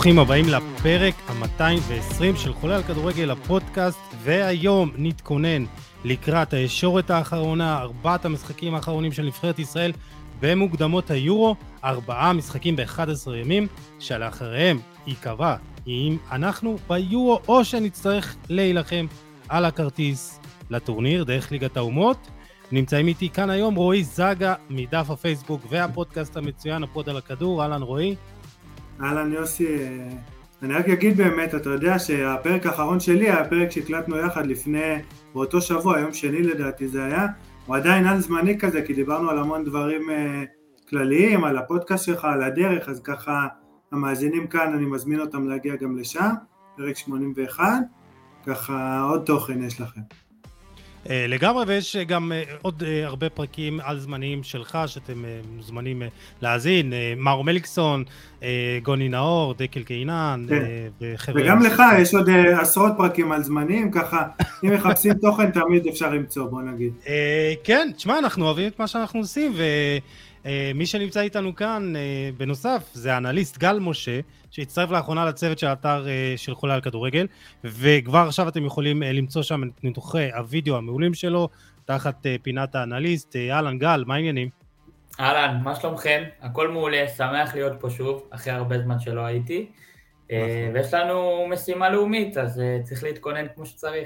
ברוכים הבאים לפרק ה-220 של חולה על כדורגל הפודקאסט, והיום נתכונן לקראת הישורת האחרונה, 4 המשחקים האחרונים של נבחרת ישראל במוקדמות היורו, 4 משחקים ב-11 ימים, שלאחריהם ייקבע אם אנחנו ביורו או שנצטרך להילחם על הכרטיס לטורניר דרך ליגת האומות. נמצאים איתי כאן היום רועי זגה מדף הפייסבוק והפודקאסט המצוין הפוד על הכדור. אהלן רועי. אהלן יוסי, אני רק אגיד באמת, אתה יודע שהפרק האחרון שלי היה הפרק שהקלטנו יחד לפני, באותו שבוע, יום שני לדעתי זה היה, הוא עדיין על זמני כזה, כי דיברנו על המון דברים כלליים, על הפודקאסט שלך, על הדרך, אז ככה המאזינים כאן, אני מזמין אותם להגיע גם לשם, פרק 81, ככה עוד תוכן יש לכם. לגמרי, ויש גם עוד הרבה פרקים על זמניים שלך שאתם מוזמנים להאזין, מאור מליקסון, גוני נאור, דקל קינן, וגם לך יש עוד עשרות פרקים על זמניים, ככה אם מחפשים תוכן תמיד אפשר למצוא, בוא נגיד. כן, תשמע, אנחנו אוהבים את מה שאנחנו עושים, ומי שנמצא איתנו כאן בנוסף זה האנליסט גל משה, שהצטרף לאחרונה לצוות של האתר של חולה על כדורגל, וכבר עכשיו אתם יכולים למצוא שם את ניתוחי הוידאו המעולים שלו, תחת פינת האנליסט. אהלן גל, מה העניינים? אהלן, מה שלומכם? הכל מעולה, שמח להיות פה שוב, אחרי הרבה זמן שלא הייתי, ויש לנו משימה לאומית, אז צריך להתכונן כמו שצריך.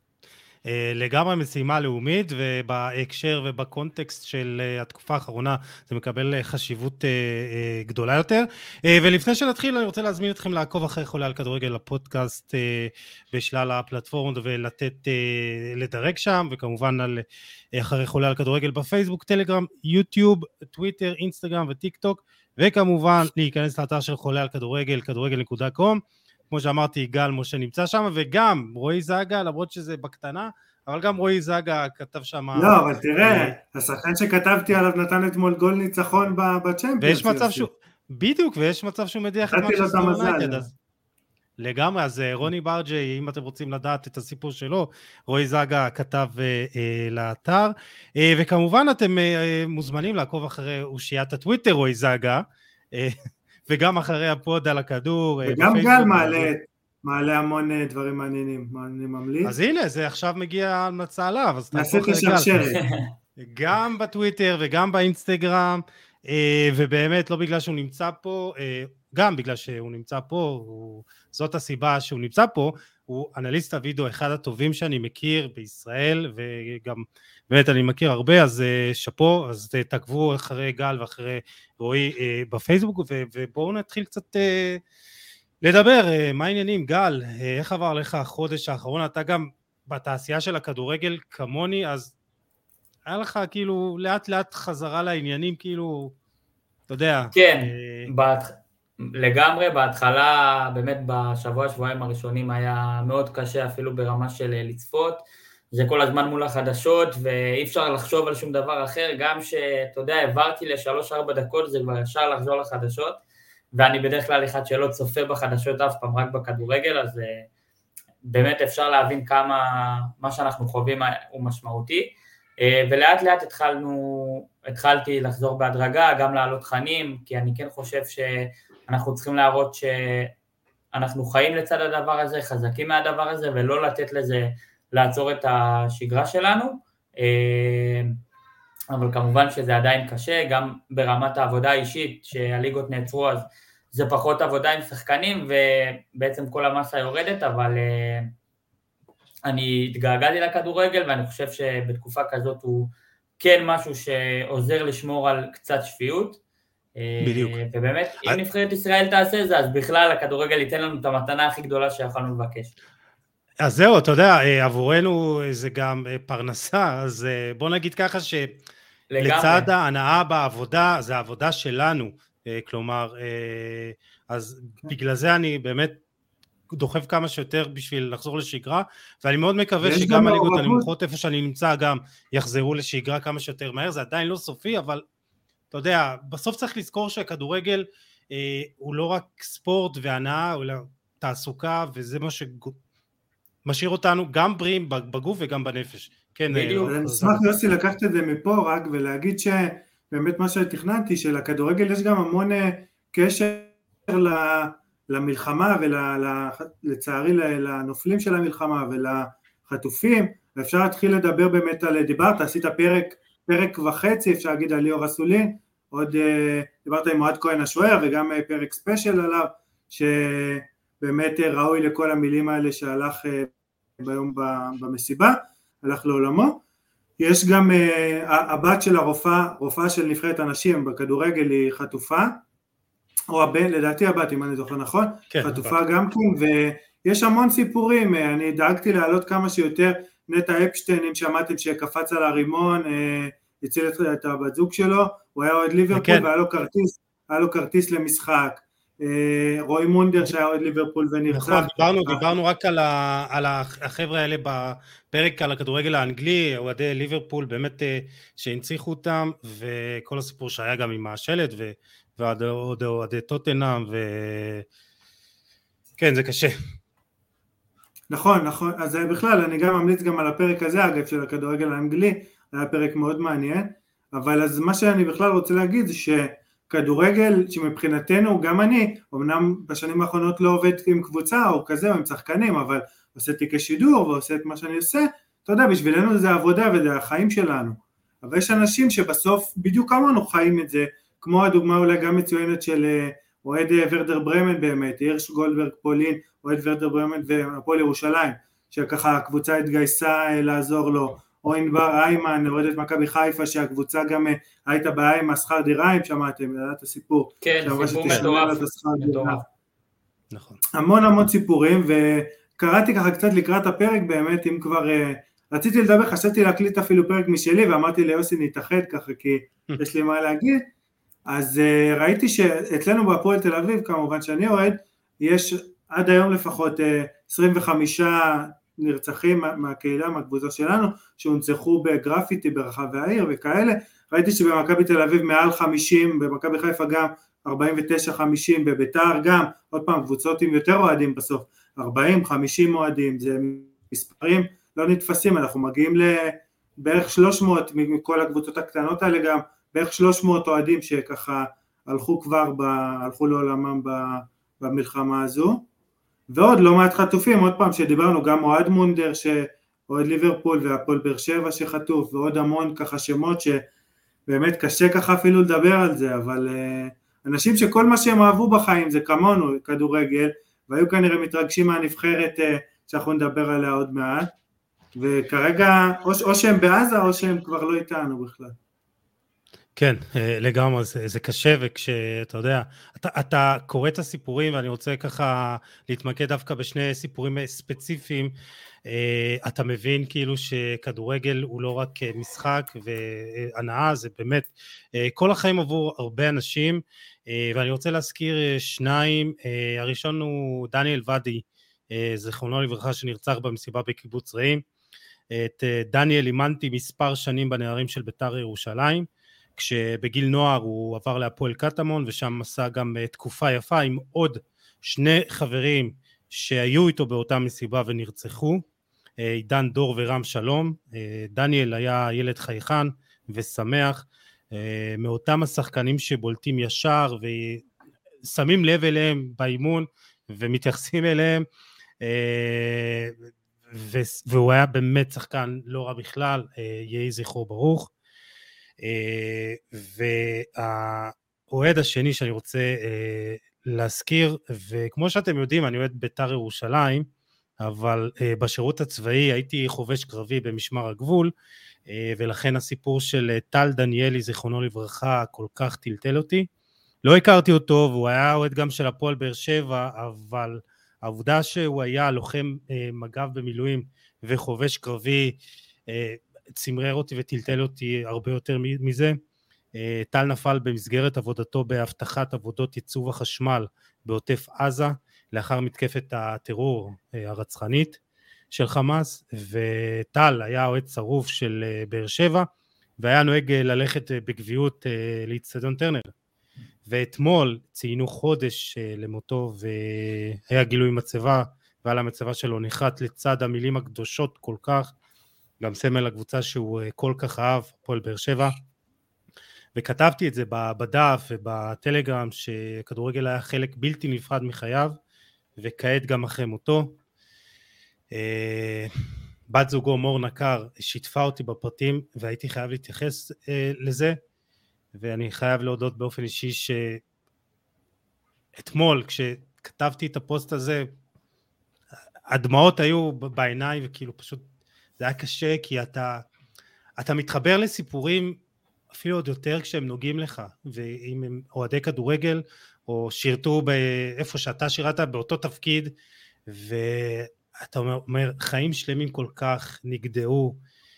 לגמרי משימה לאומית, ובהקשר ובקונטקסט של התקופה האחרונה זה מקבל חשיבות גדולה יותר. ולפני שנתחיל אני רוצה להזמין אתכם לעקוב אחרי חולה על כדורגל הפודקאסט בשלל הפלטפורמות לדרג שם, וכמובן אחרי חולה על כדורגל בפייסבוק, טלגרם, יוטיוב, טוויטר, אינסטגרם וטיק טוק, וכמובן להיכנס לאתר של חולה על כדורגל, כדורגל.com. כמו שאמרתי, גל משה נמצא שם, וגם רועי זגה, למרות שזה בקטנה, אבל גם רועי זגה כתב שם... לא, אבל תראה, השחקן שכתבתי עליו נתן אתמול גול ניצחון בצ'מפיונס. ויש מצב שהוא... בדיוק, ויש מצב שהוא מדיח את מנצ'סטר יונייטד. לגמרי, אז רוני ברג'י, אם אתם רוצים לדעת את הסיפור שלו, רועי זגה כתב לאתר, וכמובן אתם מוזמנים לעקוב אחרי אושיית הטוויטר רועי זגה, וגם אחרי הפוד על הכדור. וגם גל מעלה המון דברים מעניינים, אני ממליץ. אז הנה, זה עכשיו מגיע מצע עליו, אז נעשה את השרשרת. גם בטוויטר וגם באינסטגרם, ובאמת לא בגלל שהוא נמצא פה, גם בגלל שהוא נמצא פה, זאת הסיבה שהוא נמצא פה, הוא אנליסט הוידאו אחד הטובים שאני מכיר בישראל, וגם באמת אני מכיר הרבה, אז שפו, אז תעקבו אחרי גל ואחרי רועי בפייסבוק, ובואו נתחיל קצת לדבר. מה העניינים גל? איך עבר לך החודש האחרון? אתה גם בתעשייה של הכדורגל כמוני, אז היה לך כאילו לאט לאט חזרה לעניינים, כאילו, אתה יודע. כן, לגמרי, בהתחלה, באמת שבועיים הראשונים היה מאוד קשה, אפילו ברמה של לצפות, זה כל הזמן מול החדשות, ואי אפשר לחשוב על שום דבר אחר, גם שאתה יודע, עברתי ל3-4 דקות, זה כבר ישר לחזור לחדשות, ואני בדרך כלל אחד שלא צופה בחדשות אף פעם, רק בכדורגל, אז באמת אפשר להבין כמה מה שאנחנו חווים הוא משמעותי, ולאט לאט התחלתי לחזור בהדרגה, גם לעלות תכנים, כי אני כן חושב שאנחנו צריכים להראות שאנחנו חיים לצד הדבר הזה, חזקים מהדבר הזה, ולא לתת לזה לעצור את השגרה שלנו, אבל כמובן שזה עדיין קשה, גם ברמת העבודה האישית, שהליגות נעצרו, אז זה פחות עבודה עם שחקנים, ובעצם כל המסה יורדת, אבל אני התגעגעתי לכדורגל, ואני חושב שבתקופה כזאת הוא כן משהו שעוזר לשמור על קצת שפיות, בדיוק. ובאמת, אם נבחרת ישראל תעשה זה, אז בכלל הכדורגל ייתן לנו את המתנה הכי גדולה שיכולנו לבקש. אז זהו, אתה יודע, עבורנו זה גם פרנסה, אז בוא נגיד ככה שלצד ההנאה בעבודה, זה העבודה שלנו, כלומר, אז בגלל זה אני באמת דוחף כמה שיותר בשביל לחזור לשגרה, ואני מאוד מקווה שגם הליגות הנמוכות איפה שאני נמצא גם יחזרו לשגרה כמה שיותר מהר, זה עדיין לא סופי, אבל אתה יודע, בסוף צריך לזכור שהכדורגל הוא לא רק ספורט והנאה, אלא תעסוקה, וזה מה שמשאיר אותנו גם בריאים בגוף וגם בנפש. כן, אני אשמח יוסי לקחת את זה מפה רק, ולהגיד שבאמת מה שתכננתי, שלכדורגל יש גם המון קשר למלחמה ולצערי לנופלים של המלחמה ולחטופים, ואפשר להתחיל לדבר באמת על, דיברת, עשית פרק וחצי, אפשר להגיד על ליאור אסולין, עוד דיברת עם אוהד כהן השוער, וגם פרק ספיישל עליו, שבאמת ראוי לכל המילים האלה שהלך ביום במסיבה, הלך לעולמו. יש גם הבת של הרופאה של נבחרת הנשים בכדורגל היא חטופה, או הבן, לדעתי הבת, אם אני זוכר נכון, כן, חטופה הבת. גם כן, ויש המון סיפורים, אני דאגתי להעלות כמה שיותר, נטע אפשטיין, אם שמעתם שקפץ על הרימון, הציל את הבת זוג שלו, הוא היה עוד ליברפול והיה לו כרטיס למשחק, רוי מונדר שהיה עוד ליברפול ונרצח. נכון, דיברנו רק על החבר'ה האלה בפרק על הכדורגל האנגלי, אוהדי ליברפול באמת שהנציחו אותם, וכל הסיפור שהיה גם עם השלט, ועוד אוהדי טוטנהאם, כן, זה קשה. נכון, אז בכלל אני גם ממליץ גם על הפרק הזה, אגב, של הכדורגל האנגלי, היה פרק מאוד מעניין, אבל אז מה שאני בכלל רוצה להגיד זה שכדורגל שמבחינתנו, גם אני, אמנם בשנים האחרונות לא עובד עם קבוצה או כזה או עם שחקנים, אבל עושה תיקי שידור ועושה את מה שאני עושה, אתה יודע, בשבילנו זה עבודה וזה החיים שלנו, אבל יש אנשים שבסוף בדיוק כמונו חיים את זה, כמו הדוגמה אולי גם מצוינת של אוהד ורדר ברמן באמת, הירש גולדברג פולין, אוהד ורדר ברמן והפועל ירושלים, שככה הקבוצה התגייסה לעזור לו, או ענבר איימן, אוהדת מכבי חיפה, שהקבוצה גם הייתה בעיה עם השכר דירה, אם שמעתם, ידעת את הסיפור. כן, סיפור מטורף. נכון. המון סיפורים, וקראתי ככה קצת לקראת הפרק באמת, אם כבר רציתי לדבר, חשבתי להקליט אפילו פרק משלי, ואמרתי ליוסי נתאחד ככה, כי יש לי מה להגיד, אז ראיתי שאצלנו בהפועל תל אביב, כמובן שאני אוהד, יש עד היום לפחות 25 נרצחים מהקהילה, מהקבוצה שלנו, שהונצחו בגרפיטי ברחבי העיר וכאלה, ראיתי שבמכבי תל אביב מעל 50, במכבי חיפה גם 49-50, בביתר גם, עוד פעם קבוצות עם יותר אוהדים בסוף, 40-50 אוהדים, זה מספרים לא נתפסים, אנחנו מגיעים לבערך 300 מכל הקבוצות הקטנות האלה גם, בערך 300 אוהדים שככה הלכו לעולמם במלחמה הזו, ועוד לא מעט חטופים, עוד פעם שדיברנו, גם אוהד מונדר, אוהד ליברפול והפועל באר שבע שחטוף, ועוד המון ככה שמות שבאמת קשה ככה אפילו לדבר על זה, אבל אנשים שכל מה שהם אהבו בחיים זה כמונו, כדורגל, והיו כנראה מתרגשים מהנבחרת שאנחנו נדבר עליה עוד מעט, וכרגע או שהם בעזה או שהם כבר לא איתנו בכלל. כן, לגמרי, זה קשה, וכשאתה יודע, אתה קורא את הסיפורים, ואני רוצה ככה להתמקד דווקא בשני סיפורים ספציפיים, אתה מבין כאילו שכדורגל הוא לא רק משחק והנאה, זה באמת כל החיים עבור הרבה אנשים, ואני רוצה להזכיר שניים, הראשון הוא דניאל ודי, זיכרונו לברכה, שנרצח במסיבה בקיבוץ רעים, את דניאל אימנתי מספר שנים בנערים של בית"ר ירושלים, כשבגיל נוער הוא עבר להפועל קטמון, ושם עשה גם תקופה יפה עם עוד שני חברים שהיו איתו באותה מסיבה ונרצחו, עידן דור ורם שלום. דניאל היה ילד חייכן ושמח, מאותם השחקנים שבולטים ישר ושמים לב אליהם באימון ומתייחסים אליהם, והוא היה באמת שחקן לא רע בכלל, יהי זכרו ברוך. והאוהד השני שאני רוצה להזכיר, וכמו שאתם יודעים אני אוהד בית"ר ירושלים, אבל בשירות הצבאי הייתי חובש קרבי במשמר הגבול, ולכן הסיפור של טל דניאלי זיכרונו לברכה כל כך טלטל אותי. לא הכרתי אותו, והוא היה אוהד גם של הפועל באר שבע, אבל העובדה שהוא היה לוחם מג"ב במילואים וחובש קרבי צמרר אותי וטלטל אותי הרבה יותר מזה. טל נפל במסגרת עבודתו בהבטחת עבודות ייצוב החשמל בעוטף עזה, לאחר מתקפת הטרור הרצחנית של חמאס, וטל היה אוהד שרוף של באר שבע, והיה נוהג ללכת בגביעות לאצטדיון טרנר, ואתמול ציינו חודש למותו, והיה גילוי מצבה, ועל המצבה שלו נחת לצד המילים הקדושות כל כך, גם סמל הקבוצה שהוא כל כך אהב, הפועל באר שבע, וכתבתי את זה בדף ובטלגרם, שכדורגל היה חלק בלתי נפרד מחייו, וכעת גם אחרי מותו. בת זוגו מור נקר שיתפה אותי בפרטים, והייתי חייב להתייחס לזה, ואני חייב להודות באופן אישי שאתמול כשכתבתי את הפוסט הזה, הדמעות היו בעיניים, וכאילו פשוט זה היה קשה, כי אתה מתחבר לסיפורים אפילו עוד יותר כשהם נוגעים לך, ואם הם אוהדי כדורגל או שירתו באיפה שאתה שירת באותו תפקיד, ואתה אומר חיים שלמים כל כך נגדעו,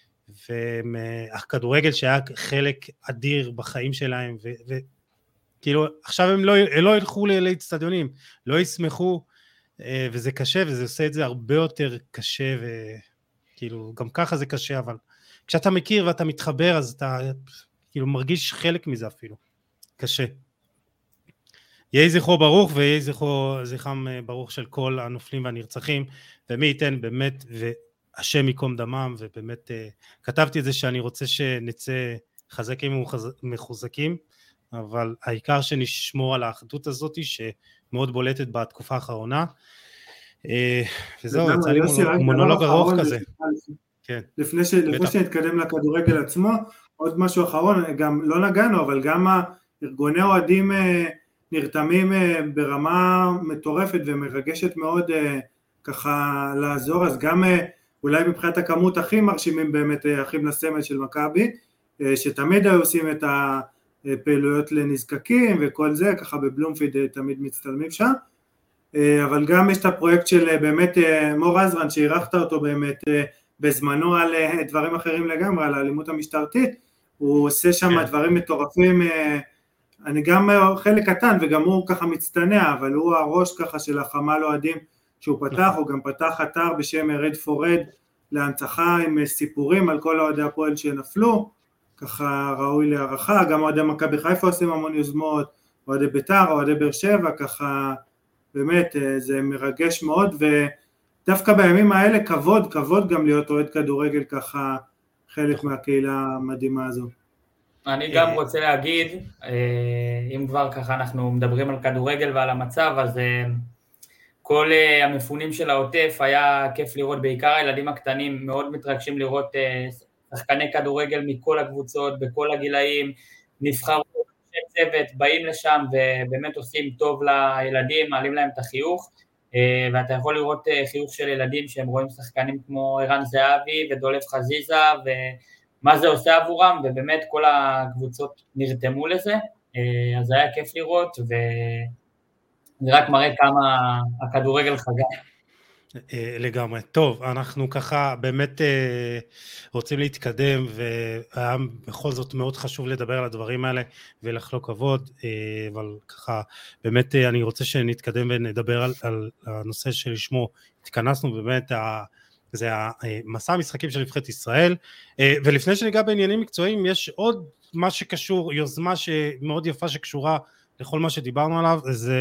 והכדורגל שהיה חלק אדיר בחיים שלהם, וכאילו עכשיו הם לא ילכו לאצטדיונים, לא ישמחו, וזה קשה, וזה עושה את זה הרבה יותר קשה, וכאילו גם ככה זה קשה, אבל כשאתה מכיר ואתה מתחבר, אז אתה כאילו מרגיש חלק מזה אפילו, קשה. יהי זכרו ברוך, ויהי זכרם ברוך של כל הנופלים והנרצחים, ומי ייתן באמת, והשם יקום דמם, ובאמת כתבתי את זה שאני רוצה שנצא חזקים ומחוזקים, אבל העיקר שנשמור על האחדות הזאת, שמאוד בולטת בתקופה האחרונה, וזהו, יצא לי מונולוג ארוך כזה. לפני שנתקדם לכדורגל עצמו, עוד משהו אחרון, גם לא נגענו, אבל גם ארגוני אוהדים נרתמים ברמה מטורפת ומרגשת מאוד ככה לעזור, אז גם אולי מבחינת הכמות הכי מרשימים באמת אחים לסמל של מכבי, שתמיד היו עושים את הפעילויות לנזקקים וכל זה, ככה בבלומפיד תמיד מצטלמים שם, אבל גם יש את הפרויקט של באמת מור עזרן, שהירחת אותו באמת בזמנו על דברים אחרים לגמרי, על האלימות המשטרתית, הוא עושה שם דברים מטורפים, אני גם חלק קטן וגם הוא ככה מצטנע, אבל הוא הראש ככה של החמ"ל אוהדים שהוא פתח, הוא גם פתח אתר בשם רד פור רד להנצחה עם סיפורים על כל אוהדי הפועל שנפלו, ככה ראוי להערכה, גם אוהדי מכבי חיפה עושים המון יוזמות, אוהדי בית"ר, אוהדי באר שבע, ככה באמת זה מרגש מאוד, ודווקא בימים האלה כבוד גם להיות אוהד כדורגל ככה חלק מהקהילה המדהימה הזו. אני גם רוצה להגיד, אם כבר ככה אנחנו מדברים על כדורגל ועל המצב, אז כל המפונים של העוטף היה כיף לראות, בעיקר הילדים הקטנים מאוד מתרגשים לראות שחקני כדורגל מכל הקבוצות, בכל הגילאים, נבחרו צוות, באים לשם ובאמת עושים טוב לילדים, מעלים להם את החיוך, ואתה יכול לראות חיוך של ילדים שהם רואים שחקנים כמו ערן זהבי ודולף חזיזה, ומה זה עושה עבורם, ובאמת כל הקבוצות נרתמו לזה, אז היה כיף לראות, וזה רק מראה כמה הכדורגל חגג. לגמרי. טוב, אנחנו ככה באמת רוצים להתקדם, והיה בכל זאת מאוד חשוב לדבר על הדברים האלה ולחלוק כבוד, אבל ככה באמת אני רוצה שנתקדם ונדבר על הנושא שלשמו התכנסנו, באמת זה המסע המשחקים של נבחרת ישראל, ולפני שניגע בעניינים מקצועיים, יש עוד מה שקשור, יוזמה שמאוד יפה שקשורה לכל מה שדיברנו עליו, זה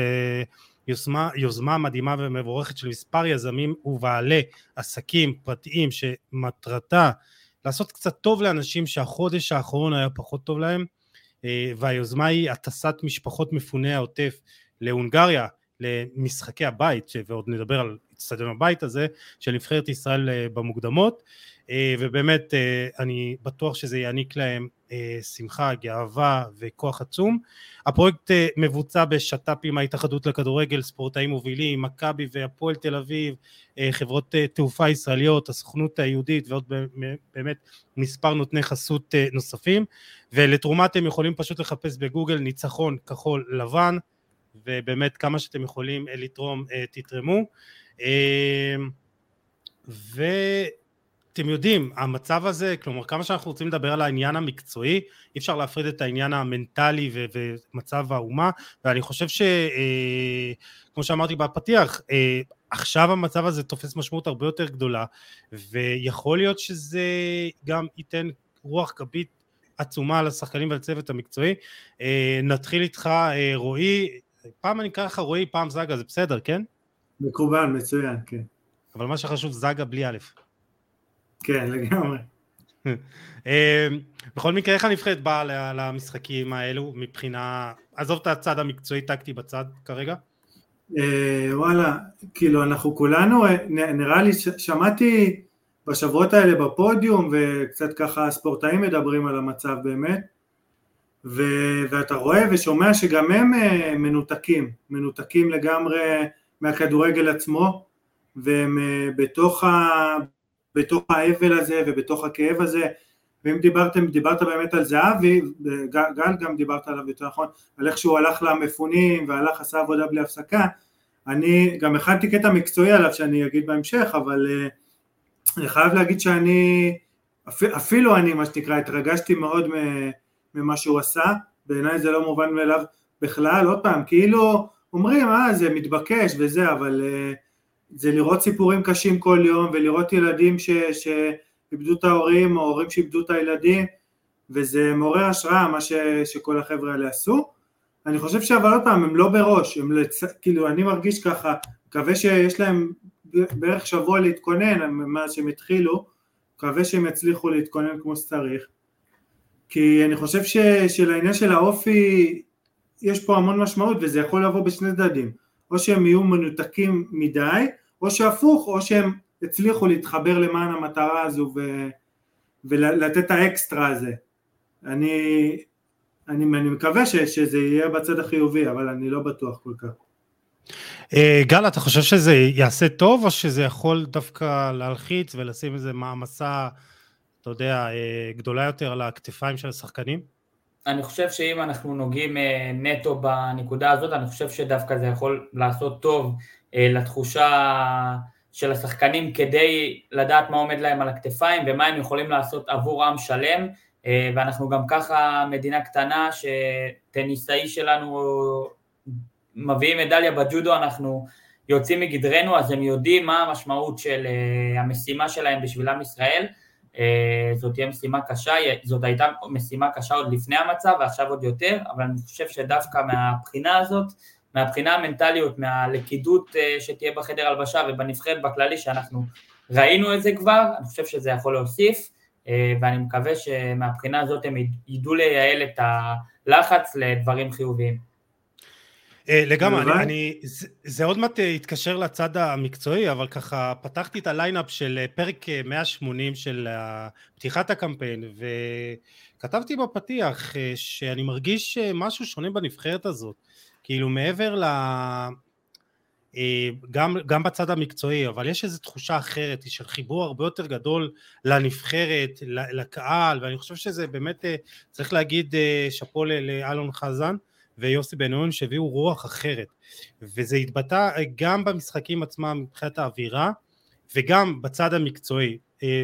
יוזמה מדהימה ומבורכת של מספר יזמים ובעלי עסקים פרטיים שמטרתה לעשות קצת טוב לאנשים שהחודש האחרון היה פחות טוב להם, והיוזמה היא הטסת משפחות מפוני העוטף להונגריה למשחקי הבית, ועוד נדבר על אצטדיון הבית הזה של נבחרת ישראל במוקדמות, ובאמת אני בטוח שזה יעניק להם שמחה, גאווה וכוח עצום. הפרויקט מבוצע בשת"פ עם ההתאחדות לכדורגל, ספורטאים מובילים, מכבי והפועל תל אביב, חברות תעופה ישראליות, הסוכנות היהודית ועוד באמת מספר נותני חסות נוספים, ולתרומה אתם יכולים פשוט לחפש בגוגל ניצחון כחול לבן, ובאמת כמה שאתם יכולים לתרום תתרמו. אתם יודעים, המצב הזה, כלומר כמה שאנחנו רוצים לדבר על העניין המקצועי, אי אפשר להפריד את העניין המנטלי ומצב האומה, ואני חושב כמו שאמרתי בפתיח, עכשיו המצב הזה תופס משמעות הרבה יותר גדולה, ויכול להיות שזה גם ייתן רוח גבית עצומה לשחקנים ולצוות המקצועי. נתחיל איתך רועי, פעם אני אקרא לך רועי, פעם זגה, זה בסדר, כן? מקובל, מצוין, כן. אבל מה שחשוב זגה בלי א'. כן, לגמרי. בכל מקרה, איך הנבחרת באה למשחקים האלו מבחינה, עזוב את הצד המקצועי טקטי בצד כרגע? וואלה, כאילו אנחנו כולנו, נראה לי שמעתי בשבועות האלה בפודיום, וקצת ככה הספורטאים מדברים על המצב באמת, ואתה רואה ושומע שגם הם מנותקים לגמרי מהכדורגל עצמו, והם בתוך האבל הזה ובתוך הכאב הזה. ואם דיברת באמת על זהבי, גל גם דיברת עליו יותר נכון, על איך שהוא הלך למפונים והלך עשה עבודה בלי הפסקה. אני גם הכנתי קטע מקצועי עליו שאני אגיד בהמשך, אבל אני חייב להגיד שאני אפילו אני מה שנקרא התרגשתי מאוד ממה שהוא עשה. בעיניי זה לא מובן מאליו בכלל. עוד פעם, כאילו אומרים זה מתבקש וזה, אבל זה לראות סיפורים קשים כל יום, ולראות ילדים שאיבדו את ההורים, או הורים שאיבדו את הילדים, וזה מעורר השראה מה שכל החבר'ה האלה עשו. אני חושב אבל עוד פעם, הם לא בראש, כאילו אני מרגיש ככה, מקווה שיש להם בערך שבוע להתכונן, מאז שהם התחילו, מקווה שהם יצליחו להתכונן כמו שצריך, כי אני חושב שלעניין של האופי, יש פה המון משמעות, וזה יכול לבוא בשני צדדים, או שהם יהיו מנותקים מדי, או שהפוך, או שהם הצליחו להתחבר למען המטרה הזו, ולתת את האקסטרה הזה. אני מקווה שזה יהיה בצד החיובי, אבל אני לא בטוח כל כך. גל, אתה חושב שזה יעשה טוב, או שזה יכול דווקא להלחיץ ולשים איזה מעמסה, אתה יודע, גדולה יותר על הכתפיים של השחקנים? אני חושב שאם אנחנו נוגעים נטו בנקודה הזאת, אני חושב שדווקא זה יכול לעשות טוב לתחושה של השחקנים, כדי לדעת מה עומד להם על הכתפיים, ומה הם יכולים לעשות עבור עם שלם, ואנחנו גם ככה מדינה קטנה, שטניסאי שלנו מביאים מדליה בג'ודו, אנחנו יוצאים מגדרנו, אז הם יודעים מה המשמעות של המשימה שלהם בשבילם ישראל. זאת תהיה משימה קשה, זאת הייתה משימה קשה עוד לפני המצב, ועכשיו עוד יותר, אבל אני חושב שדווקא מהבחינה הזאת, מהבחינה המנטליות, מהלכידות שתהיה בחדר הלבשה ובנבחרת בכללי, שאנחנו ראינו את זה כבר, אני חושב שזה יכול להוסיף, ואני מקווה שמהבחינה הזאת הם ידעו לייעל את הלחץ לדברים חיוביים. לגמרי, זה עוד מעט יתקשר לצד המקצועי, אבל ככה פתחתי את הליינאפ של פרק 180 של פתיחת הקמפיין, וכתבתי בפתיח שאני מרגיש משהו שונה בנבחרת הזאת, כאילו מעבר גם בצד המקצועי, אבל יש איזו תחושה אחרת, של חיבור הרבה יותר גדול לנבחרת, לקהל, ואני חושב שזה באמת, צריך להגיד שפו לאלון חזן, ויוסי בן-נון שהביאו רוח אחרת, וזה התבטא גם במשחקים עצמם מבחינת האווירה, וגם בצד המקצועי.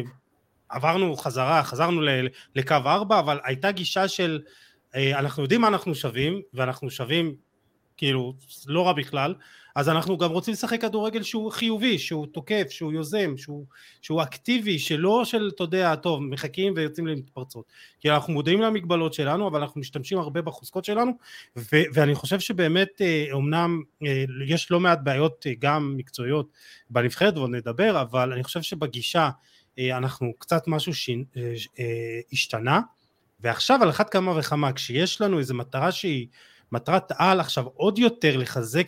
חזרנו לקו 4, אבל הייתה גישה של, אנחנו יודעים מה אנחנו שווים, ואנחנו שווים כאילו לא רע בכלל, אז אנחנו גם רוצים לשחק כדורגל שהוא חיובי, שהוא תוקף, שהוא יוזם, שהוא אקטיבי, שלא של, אתה יודע, טוב, מחכים ויוצאים להתפרצות, כי אנחנו מודעים למגבלות שלנו, אבל אנחנו משתמשים הרבה בחוזקות שלנו, ואני חושב שבאמת, אמנם יש לא מעט בעיות גם מקצועיות בנבחרת, ועוד נדבר, אבל אני חושב שבגישה, אנחנו קצת משהו השתנה, ועכשיו על אחת כמה וכמה, כשיש לנו איזו מטרה שהיא, מטרת על עכשיו עוד יותר לחזק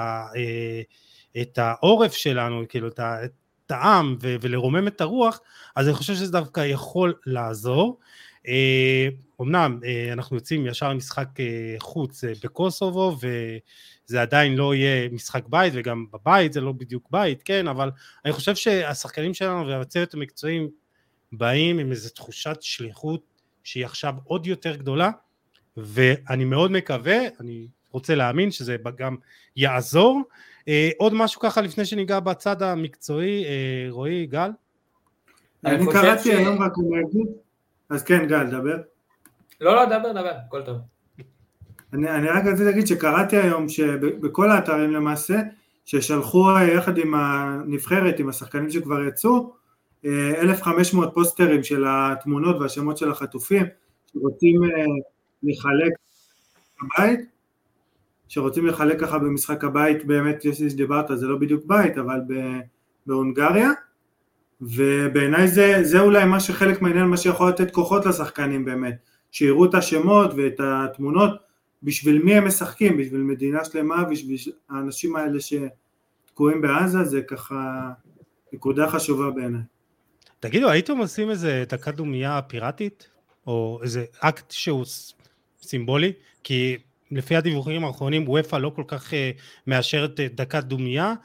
את העורף שלנו, כאילו את העם ולרומם את הרוח, אז אני חושב שזה דווקא יכול לעזור. אמנם אנחנו יוצאים ישר למשחק חוץ בקוסובו, וזה עדיין לא יהיה משחק בית, וגם בבית זה לא בדיוק בית, כן, אבל אני חושב שהשחקנים שלנו והצוות המקצועיים באים עם איזו תחושת שליחות שהיא עכשיו עוד יותר גדולה, ואני מאוד מקווה, אני רוצה להאמין שזה גם יעזור. עוד משהו ככה לפני שניגע בצד המקצועי, רועי, גל? אני קראתי היום רק להגיד, אז כן גל, דבר. לא, דבר, הכל טוב. אני רק רציתי להגיד שקראתי היום שבכל האתרים למעשה, ששלחו יחד עם הנבחרת, עם השחקנים שכבר יצאו, 1,500 פוסטרים של התמונות והשמות של החטופים, שרוצים לחלק הבית, שרוצים לחלק ככה במשחק הבית, באמת יוסי שדיברת, זה לא בדיוק בית, אבל בהונגריה, ובעיניי זה אולי מה שחלק מהעניין, מה שיכול לתת כוחות לשחקנים באמת, שיראו את השמות ואת התמונות, בשביל מי הם משחקים, בשביל מדינה שלמה, בשביל האנשים האלה שתקועים בעזה, זה ככה נקודה חשובה בעיניי. תגידו, הייתם עושים איזה דקת דומייה פיראטית, או איזה אקט שהוא סימבולי? כי לפי הדיווחים האחרונים, וופא לא כל כך מאשרת דקת דומייה,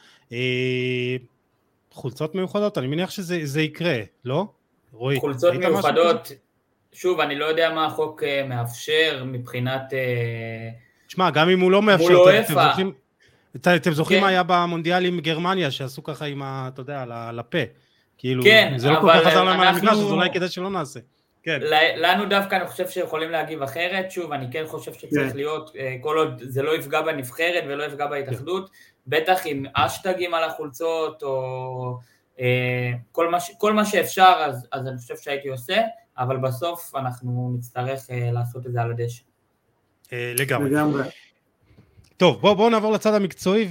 חולצות מיוחדות, אני מניח שזה יקרה, לא? רועי, חולצות מיוחדות, שוב, אני לא יודע מה החוק מאפשר מבחינת... תשמע, גם אם הוא לא מאפשר, אתם זוכרים מה היה במונדיאל עם גרמניה, שעשו ככה עם, אתה יודע, על הפה, כאילו, זה לא כל כך חזר להם על המגרש, אז אולי כדי שלא נעשה. כן. לנו דווקא אני חושב שיכולים להגיב אחרת, שוב, אני כן חושב שצריך להיות, כל עוד זה לא יפגע בנבחרת ולא יפגע בהתאחדות, בטח עם אשטגים על החולצות, או כל מה שאפשר, אז אני חושב שהייתי עושה, אבל בסוף אנחנו נצטרך לעשות את זה על הדשא. לגמרי. טוב, בואו נעבור לצד המקצועי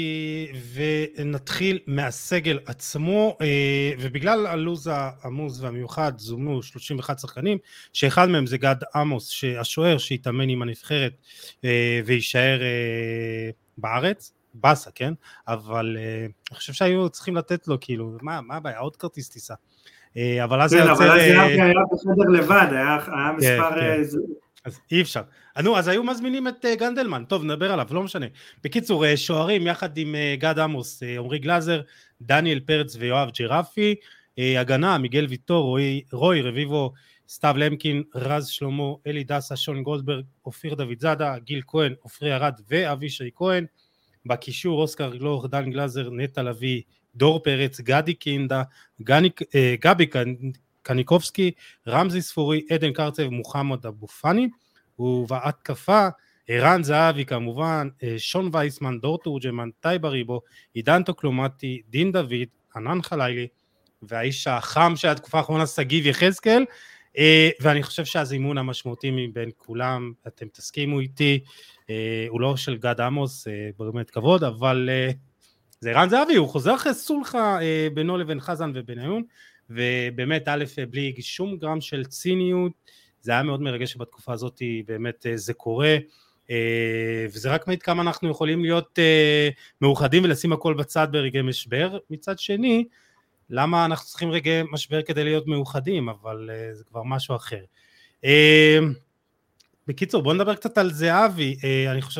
ונתחיל מהסגל עצמו, ובגלל הלוז העמוס והמיוחד זומנו 31 שחקנים, שאחד מהם זה גד עמוס, השוער שהתאמן עם הנבחרת וישאר בארץ, בסה, כן? אבל אני חושב שהיו צריכים לתת לו, כאילו, מה הבעיה? עוד כרטיס טיסה. אבל אז זה יוצא... אבל אז זה היה בחדר לבד, היה מספר... אז אי אפשר. אז היו מזמינים את גנדלמן, טוב נדבר עליו, לא משנה. בקיצור, שוערים יחד עם גד עמוס, עומרי גלאזר, דניאל פרץ ויואב ג'רפי, הגנה, מיגל ויטור, רוי רביבו, סתיו למקין, רז שלמה, אלי דסה, שון גולדברג, אופיר דוד זאדה, גיל כהן, אופרי ארד ואבישי כהן, בקישור אוסקר גלוך, דן גלאזר, נטע לוי, דור פרץ, גדי קינדה, גבי קניקובסקי, רמזי ספורי, עדן קרצב, מוחמד אבו פני, ובהתקפה ערן זהבי כמובן, שון וייסמן, דור תורג'מן, טייב אריבו, עידן טוקלומטי, דין דוד, ענן חלילי, והאיש החם של התקופה האחרונה סגיב יחזקאל, ואני חושב שהזימון המשמעותי מבין כולם, אתם תסכימו איתי, הוא לא של גד עמוס, באמת כבוד, אבל זה ערן זהבי, הוא חוזר אחרי סולחה בינו לבין חזן ובניון, ובאמת א' בלי שום גרם של ציניות, זה היה מאוד מרגש שבתקופה הזאת באמת זה קורה, וזה רק מעיד כמה אנחנו יכולים להיות מאוחדים ולשים הכל בצד ברגעי משבר. מצד שני, למה אנחנו צריכים רגעי משבר כדי להיות מאוחדים, אבל זה כבר משהו אחר. בקיצור, בואו נדבר קצת על זהבי. אני חושב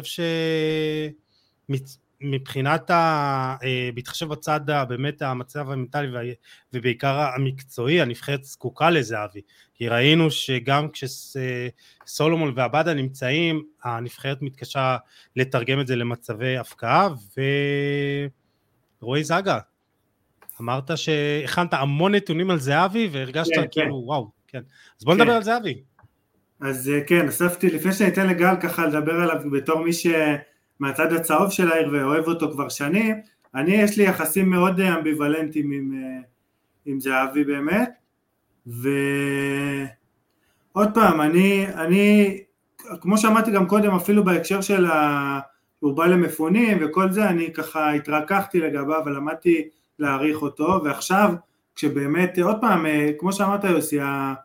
מבחינת בהתחשב בצד באמת המצב המנטלי ובעיקר המקצועי, הנבחרת זקוקה לזהבי, כי ראינו שגם כשסולומון ועבדה נמצאים, הנבחרת מתקשה לתרגם את זה למצבי הפקעה. ורועי זגה, אמרת שהכנת המון נתונים על זהבי והרגשת כאילו וואו, כן, אז בוא נדבר על זהבי. אז כן, אספתי, לפני שאני אתן לגל ככה לדבר עליו בתור מי מהצד הצהוב של העיר ואוהב אותו כבר שנים, יש לי יחסים מאוד אמביוולנטיים עם זהבי באמת, ועוד פעם, אני כמו שאמרתי גם קודם, אפילו בהקשר של הוא בא למפונים וכל זה, אני ככה התרככתי לגביו ולמדתי להעריך אותו, ועכשיו כשבאמת, עוד פעם, כמו שאמרת יוסי,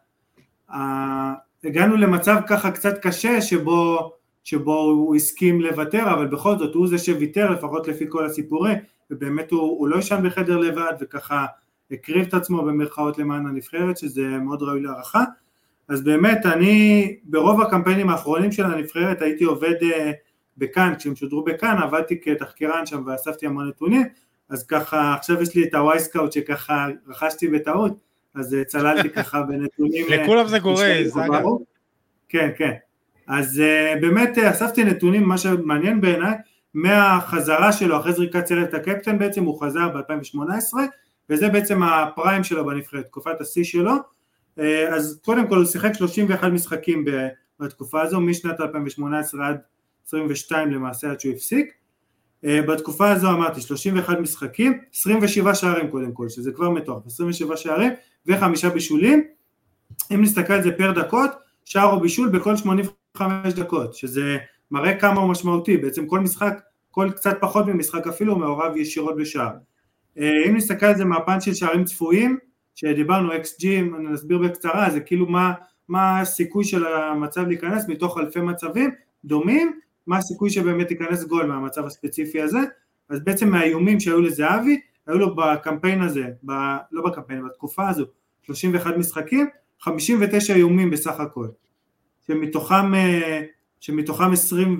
הגענו למצב ככה קצת קשה שבו הוא הסכים לוותר, אבל בכל זאת הוא זה שוויתר לפחות לפי כל הסיפורים, ובאמת הוא לא ישן בחדר לבד, וככה הקריב את עצמו במרכאות למען הנבחרת, שזה מאוד ראוי להערכה. אז באמת אני ברוב הקמפיינים האחרונים של הנבחרת הייתי עובד בכאן, כשהם שודרו בכאן עבדתי כתחקירן שם ואספתי המון נתונים, אז ככה עכשיו יש לי את הווייסקאוט שככה רכשתי בטעות, אז צללתי ככה בנתונים. לכולם זה קורה, זגה. כן, כן. אז באמת אספתי נתונים, מה שמעניין בעיניי, מהחזרה שלו אחרי זריקת סרט הקפטן, בעצם הוא חזר ב-2018, וזה בעצם הפריים שלו בנבחרת, תקופת השיא שלו. אז קודם כל הוא שיחק 31 משחקים בתקופה הזו, משנת 2018 עד 22 למעשה עד שהוא הפסיק. בתקופה הזו אמרתי 31 משחקים, 27 שערים קודם כל, שזה כבר מטורף, 27 שערים ו5 בישולים. אם נסתכל על זה פר דקות, שער או בישול בכל 85 דקות, שזה מראה כמה הוא משמעותי, בעצם כל משחק, כל קצת פחות ממשחק אפילו, מעורב ישירות בשער. אם נסתכל על זה מהפן של שערים צפויים, שדיברנו XG, אני נסביר בקצרה, זה כאילו מה הסיכוי של המצב להיכנס מתוך אלפי מצבים דומים, מה הסיכוי שבאמת ייכנס גול מהמצב הספציפי הזה. אז בעצם מהאיומים שהיו לזהבי, היו לו בקמפיין הזה, לא בקמפיין, בתקופה הזו, 31 משחקים, 59 איומים בסך הכל, שמתוכם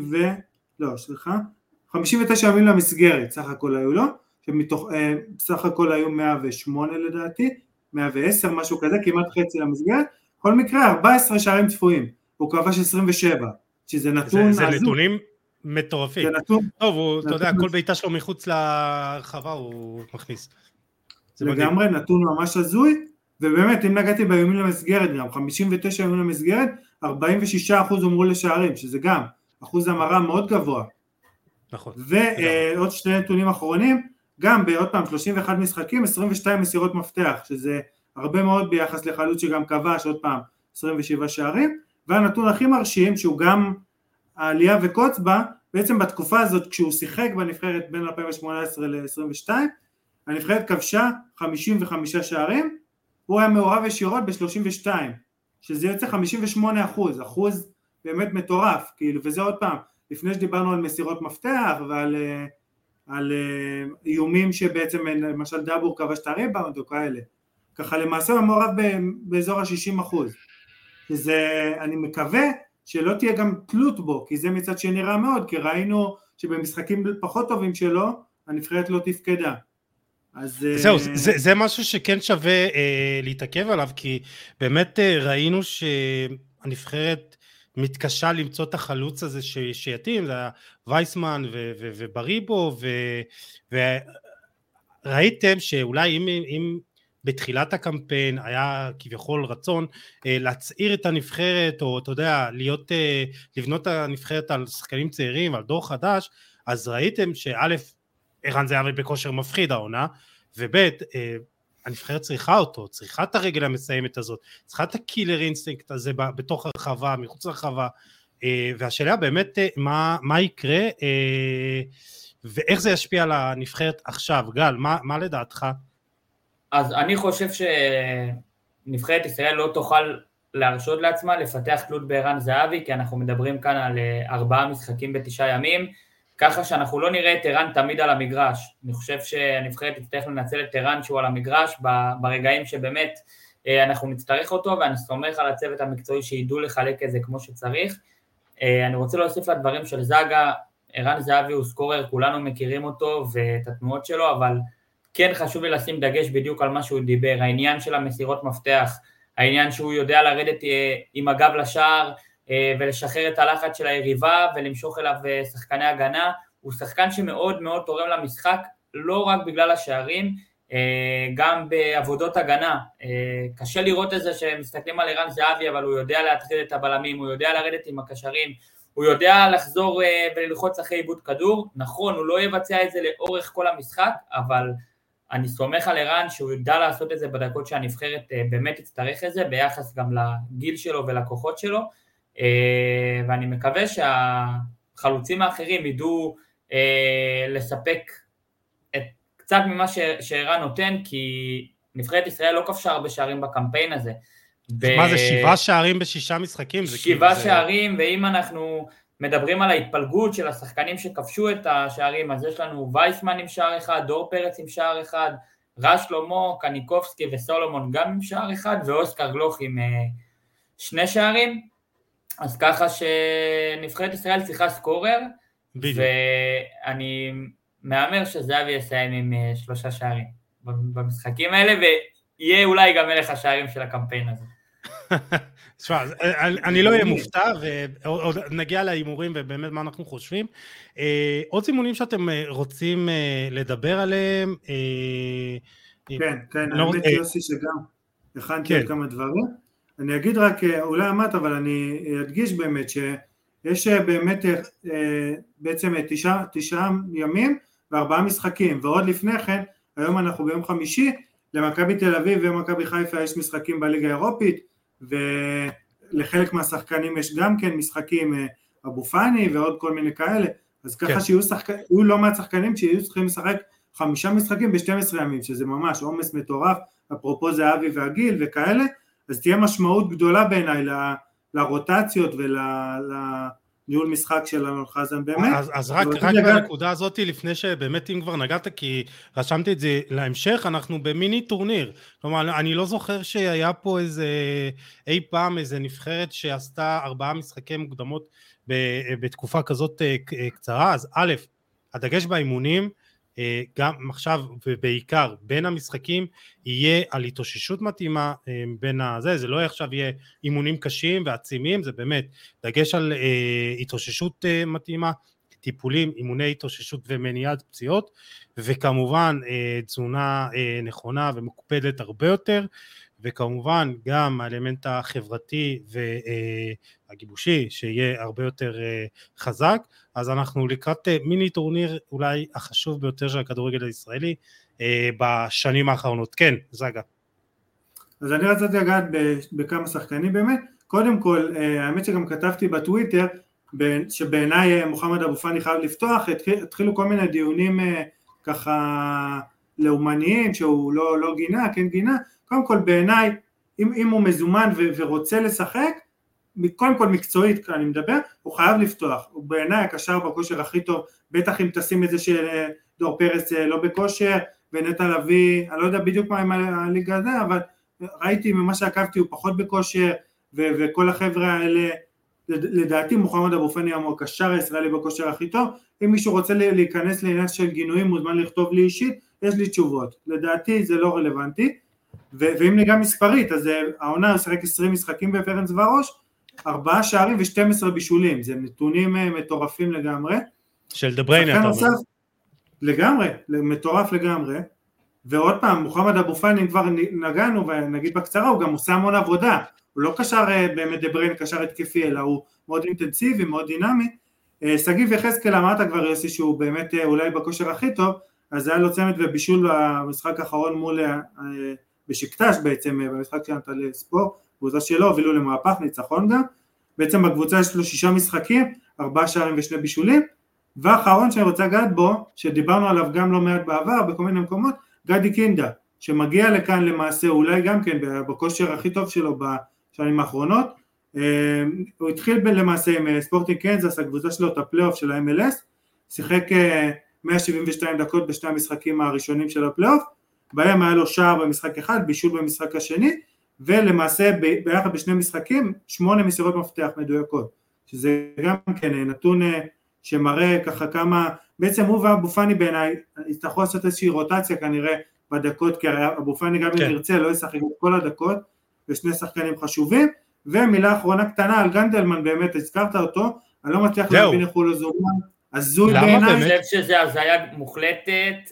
59 איומים למסגרת, סך הכל היו לו, סך הכל היו 108 לדעתי, 110 משהו כזה, כמעט חצי למסגרת, כל מקרה 14 שערים צפויים, הוא כבש 27, שזה נתון... זה נתונים מטורפים. טוב, אתה יודע, כל ביתה שלו מחוץ לרחבה הוא מכניס. לגמרי, נתון ממש הזוי, ובאמת, אם נגעתי באיומים למסגרת גם, 59 איומים למסגרת, 46% אומרו לשערים, שזה גם אחוז המרה מאוד גבוה. נכון. ועוד שני נתונים אחרונים, גם בעוד פעם 31 משחקים, 22 מסירות מפתח, שזה הרבה מאוד ביחס לחלוץ שגם כבש עוד פעם 27 שערים, והנתון הכי מרשים, שהוא גם העלייה וקוץ בה, בעצם בתקופה הזאת, כשהוא שיחק בנבחרת בין 2018 ל-22, הנבחרת כבשה 55 שערים, הוא היה מעורב ישירות ב-32, שזה יוצא 58%, אחוז באמת מטורף, כאילו, וזה עוד פעם, לפני שדיברנו על מסירות מפתח ועל איומים שבעצם למשל דאבור כבש את הריבאונד או כאלה, ככה למעשה הוא מעורב באזור ה-60%, שזה, אני מקווה שלא תהיה גם תלות בו, כי זה מצד שני רע מאוד, כי ראינו שבמשחקים פחות טובים שלו, הנבחרת לא תפקדה. זהו, זה משהו שכן שווה להתעכב עליו, כי באמת ראינו שהנבחרת מתקשה למצוא את החלוץ הזה שיתאים, זה היה וייסמן ובריבו, וראיתם שאולי אם בתחילת הקמפיין היה כביכול רצון להצעיר את הנבחרת, או אתה יודע, לבנות את הנבחרת על שחקנים צעירים, על דור חדש, אז ראיתם שא' ערן זהבי בכושר מפחיד העונה, וב' הנבחרת צריכה אותו, צריכה את הרגל המסיימת הזאת, צריכה את הקילר אינסטינקט הזה בתוך הרחבה, מחוץ לרחבה, והשאלה באמת מה יקרה, ואיך זה ישפיע על הנבחרת עכשיו. גל, מה לדעתך? אז אני חושב שנבחרת ישראל לא תוכל להרשות לעצמה לפתח תלות בערן זהבי, כי אנחנו מדברים כאן על 4 משחקים ב9 ימים, ככה שאנחנו לא נראה את ערן תמיד על המגרש. אני חושב שהנבחרת תצטרך לנצל את ערן שהוא על המגרש ברגעים שבאמת אנחנו נצטרך אותו, ואני סומך על הצוות המקצועי שידעו לחלק את זה כמו שצריך. אני רוצה להוסיף לדברים של זאגה, ערן זהבי הוא סקורר, כולנו מכירים אותו ואת התנועות שלו, אבל כן חשוב לי לשים דגש בדיוק על מה שהוא דיבר, העניין של המסירות מפתח, העניין שהוא יודע לרדת עם הגב לשער, ולשחרר את הלחץ של היריבה ולמשוך אליו שחקני הגנה, הוא שחקן שמאוד מאוד תורם למשחק, לא רק בגלל השערים, גם בעבודות הגנה, קשה לראות את זה שמסתכלים על ערן זהבי, אבל הוא יודע להתחיל את הבלמים, הוא יודע לרדת עם הקשרים, הוא יודע לחזור וללחוץ אחרי איבוד כדור, נכון, הוא לא יבצע את זה לאורך כל המשחק, אבל אני סומך על ערן שהוא ידע לעשות את זה בדקות שהנבחרת באמת תצטרך את זה, ביחס גם לגיל שלו ולכוחות שלו, ואני מקווה שהחלוצים האחרים ידעו לספק קצת ממה שערן נותן, כי נבחרת ישראל לא כבשה הרבה שערים בקמפיין הזה. מה זה, 7 שערים ב6 משחקים? 7 שערים, ואם אנחנו מדברים על ההתפלגות של השחקנים שכבשו את השערים, אז יש לנו וייסמן עם שער אחד, דור פרץ עם שער אחד, רז שלמה, קניקובסקי וסולומון גם עם שער אחד, ואוסקר גלוך עם 2 שערים, אז ככה שנבחרת ישראל צריכה סקורר, ואני מאמר שזהבי יסיים עם 3 שערים במשחקים האלה, ויהיה אולי גם מלך השערים של הקמפיין הזה. תשמע, אני לא אהיה מופתע, ועוד נגיע להימורים ובאמת מה אנחנו חושבים. עוד סימונים שאתם רוצים לדבר עליהם? כן, האמת יוסי שגם הכנתי על כמה דברים. אני אגיד רק, אולי אמרת, אבל אני אדגיש באמת שיש באמת בעצם 9 ימים ו4 משחקים, ועוד לפני כן, היום אנחנו ביום חמישי, למכבי תל אביב ומכבי חיפה יש משחקים בליגה האירופית, ולחלק מהשחקנים יש גם כן משחקים אבו פאני ועוד כל מיני כאלה, אז ככה שיהיו לא מעט שחקנים שיהיו צריכים לשחק 5 משחקים ב12 ימים, שזה ממש עומס מטורף, אפרופו זהבי והגיל וכאלה, אז תהיה משמעות גדולה בעיניי לרוטציות ניהול משחק של אלון חזן באמת. אז רק בנקודה הזאת, לפני שבאמת אם כבר נגעת, כי רשמתי את זה להמשך, אנחנו במיני טורניר, כלומר אני לא זוכר שהיה פה אי פעם איזה נבחרת שעשתה 4 משחקי מוקדמות בתקופה כזאת קצרה. אז א', הדגש באימונים, גם עכשיו ובעיקר בין המשחקים יהיה על התאוששות מתאימה בין זה לא עכשיו יהיה אימונים קשים ועצימים, זה באמת דגש על התאוששות מתאימה, טיפולים, אימוני התאוששות ומניעת פציעות, וכמובן תזונה נכונה ומקופדת הרבה יותר, וכמובן גם האלמנט החברתי והגיבושי שיהיה הרבה יותר חזק. אז אנחנו לקראת מיני טורניר אולי החשוב ביותר של הכדורגל הישראלי בשנים האחרונות. כן, זגה. אז אני רציתי לגעת בכמה שחקנים באמת. קודם כל, האמת שגם כתבתי בטוויטר שבעיניי מוחמד אבו פאני חייב לפתוח, התחילו כל מיני דיונים ככה לאומניים שהוא לא גינה, כן גינה. קודם כל בעיניי, אם הוא מזומן ורוצה לשחק, קודם כל מקצועית אני מדבר, הוא חייב לפתוח, הוא בעיניי הקשר בכושר הכי טוב, בטח אם תשים את זה שדור פרס לא בכושר, ונטע לביא, אני לא יודע בדיוק מה עם הליגה הזה, אבל ראיתי ממה שעקבתי הוא פחות בכושר, וכל החבר'ה האלה, לדעתי מוחמד אבו פאני הוא הקשר הישראלי בכושר הכי טוב, אם מישהו רוצה להיכנס לעניין של גינויים, מוזמן לכתוב לי אישית, יש לי תשובות, לדעתי זה לא רלוונטי, ואם ניגע מספרית, אז העונה שחק 20 משחקים בפרנס ורוש, 4 שערים ו12 בישולים, זה נתונים מטורפים לגמרי. של דבריין, אתה אומר. לגמרי, מטורף לגמרי, ועוד פעם, מוחמד אבו פאני, כבר נגענו, ונגיד בקצרה, הוא גם עושה המון עבודה, הוא לא קשר באמת דבריין, קשר התקפי, אלא הוא מאוד אינטנסיבי, מאוד דינמי. סגיב יחזקאל, אמרת כבר יוסי, שהוא באמת אולי בכושר הכי טוב, אז היה לו צמד ובישול במשחק האחרון מול בשקטש בעצם, במשחק של נטלי ספור, קבוצה שלו, הובילו למהפך, ניצחון גם, בעצם בקבוצה יש לו 6 משחקים, 4 שערים ו2 בישולים, והאחרון שאני רוצה לגעת בו, שדיברנו עליו גם לא מעט בעבר, בכל מיני מקומות, גדי קינדה, שמגיע לכאן למעשה, אולי גם כן, בכושר הכי טוב שלו בשנים האחרונות, הוא התחיל למעשה עם ספורטינג קנזס, הקבוצה שלו, את הפלייאוף של ה-MLS, שיחק 172 דקות בשתי המשחקים הראשונים של הפלייאוף, בהם היה לו שער במשחק אחד, בישול במשחק השני, ולמעשה ביחד בשני משחקים, 8 מסירות מפתח מדויקות, שזה גם כן נתון שמראה ככה כמה, בעצם הוא ואבו פאני בעיניי, יצטרכו לעשות איזושהי רוטציה כנראה בדקות, כי אבו פאני גם אם ירצה לא ישחק את כל הדקות, ושני שחקנים חשובים, ומילה אחרונה קטנה על גנדלמן, באמת הזכרת אותו, אני לא מצליח להבין איך הוא לא זומן, הזוי בעיניי. אני חושב שזה הזיה מוחלטת,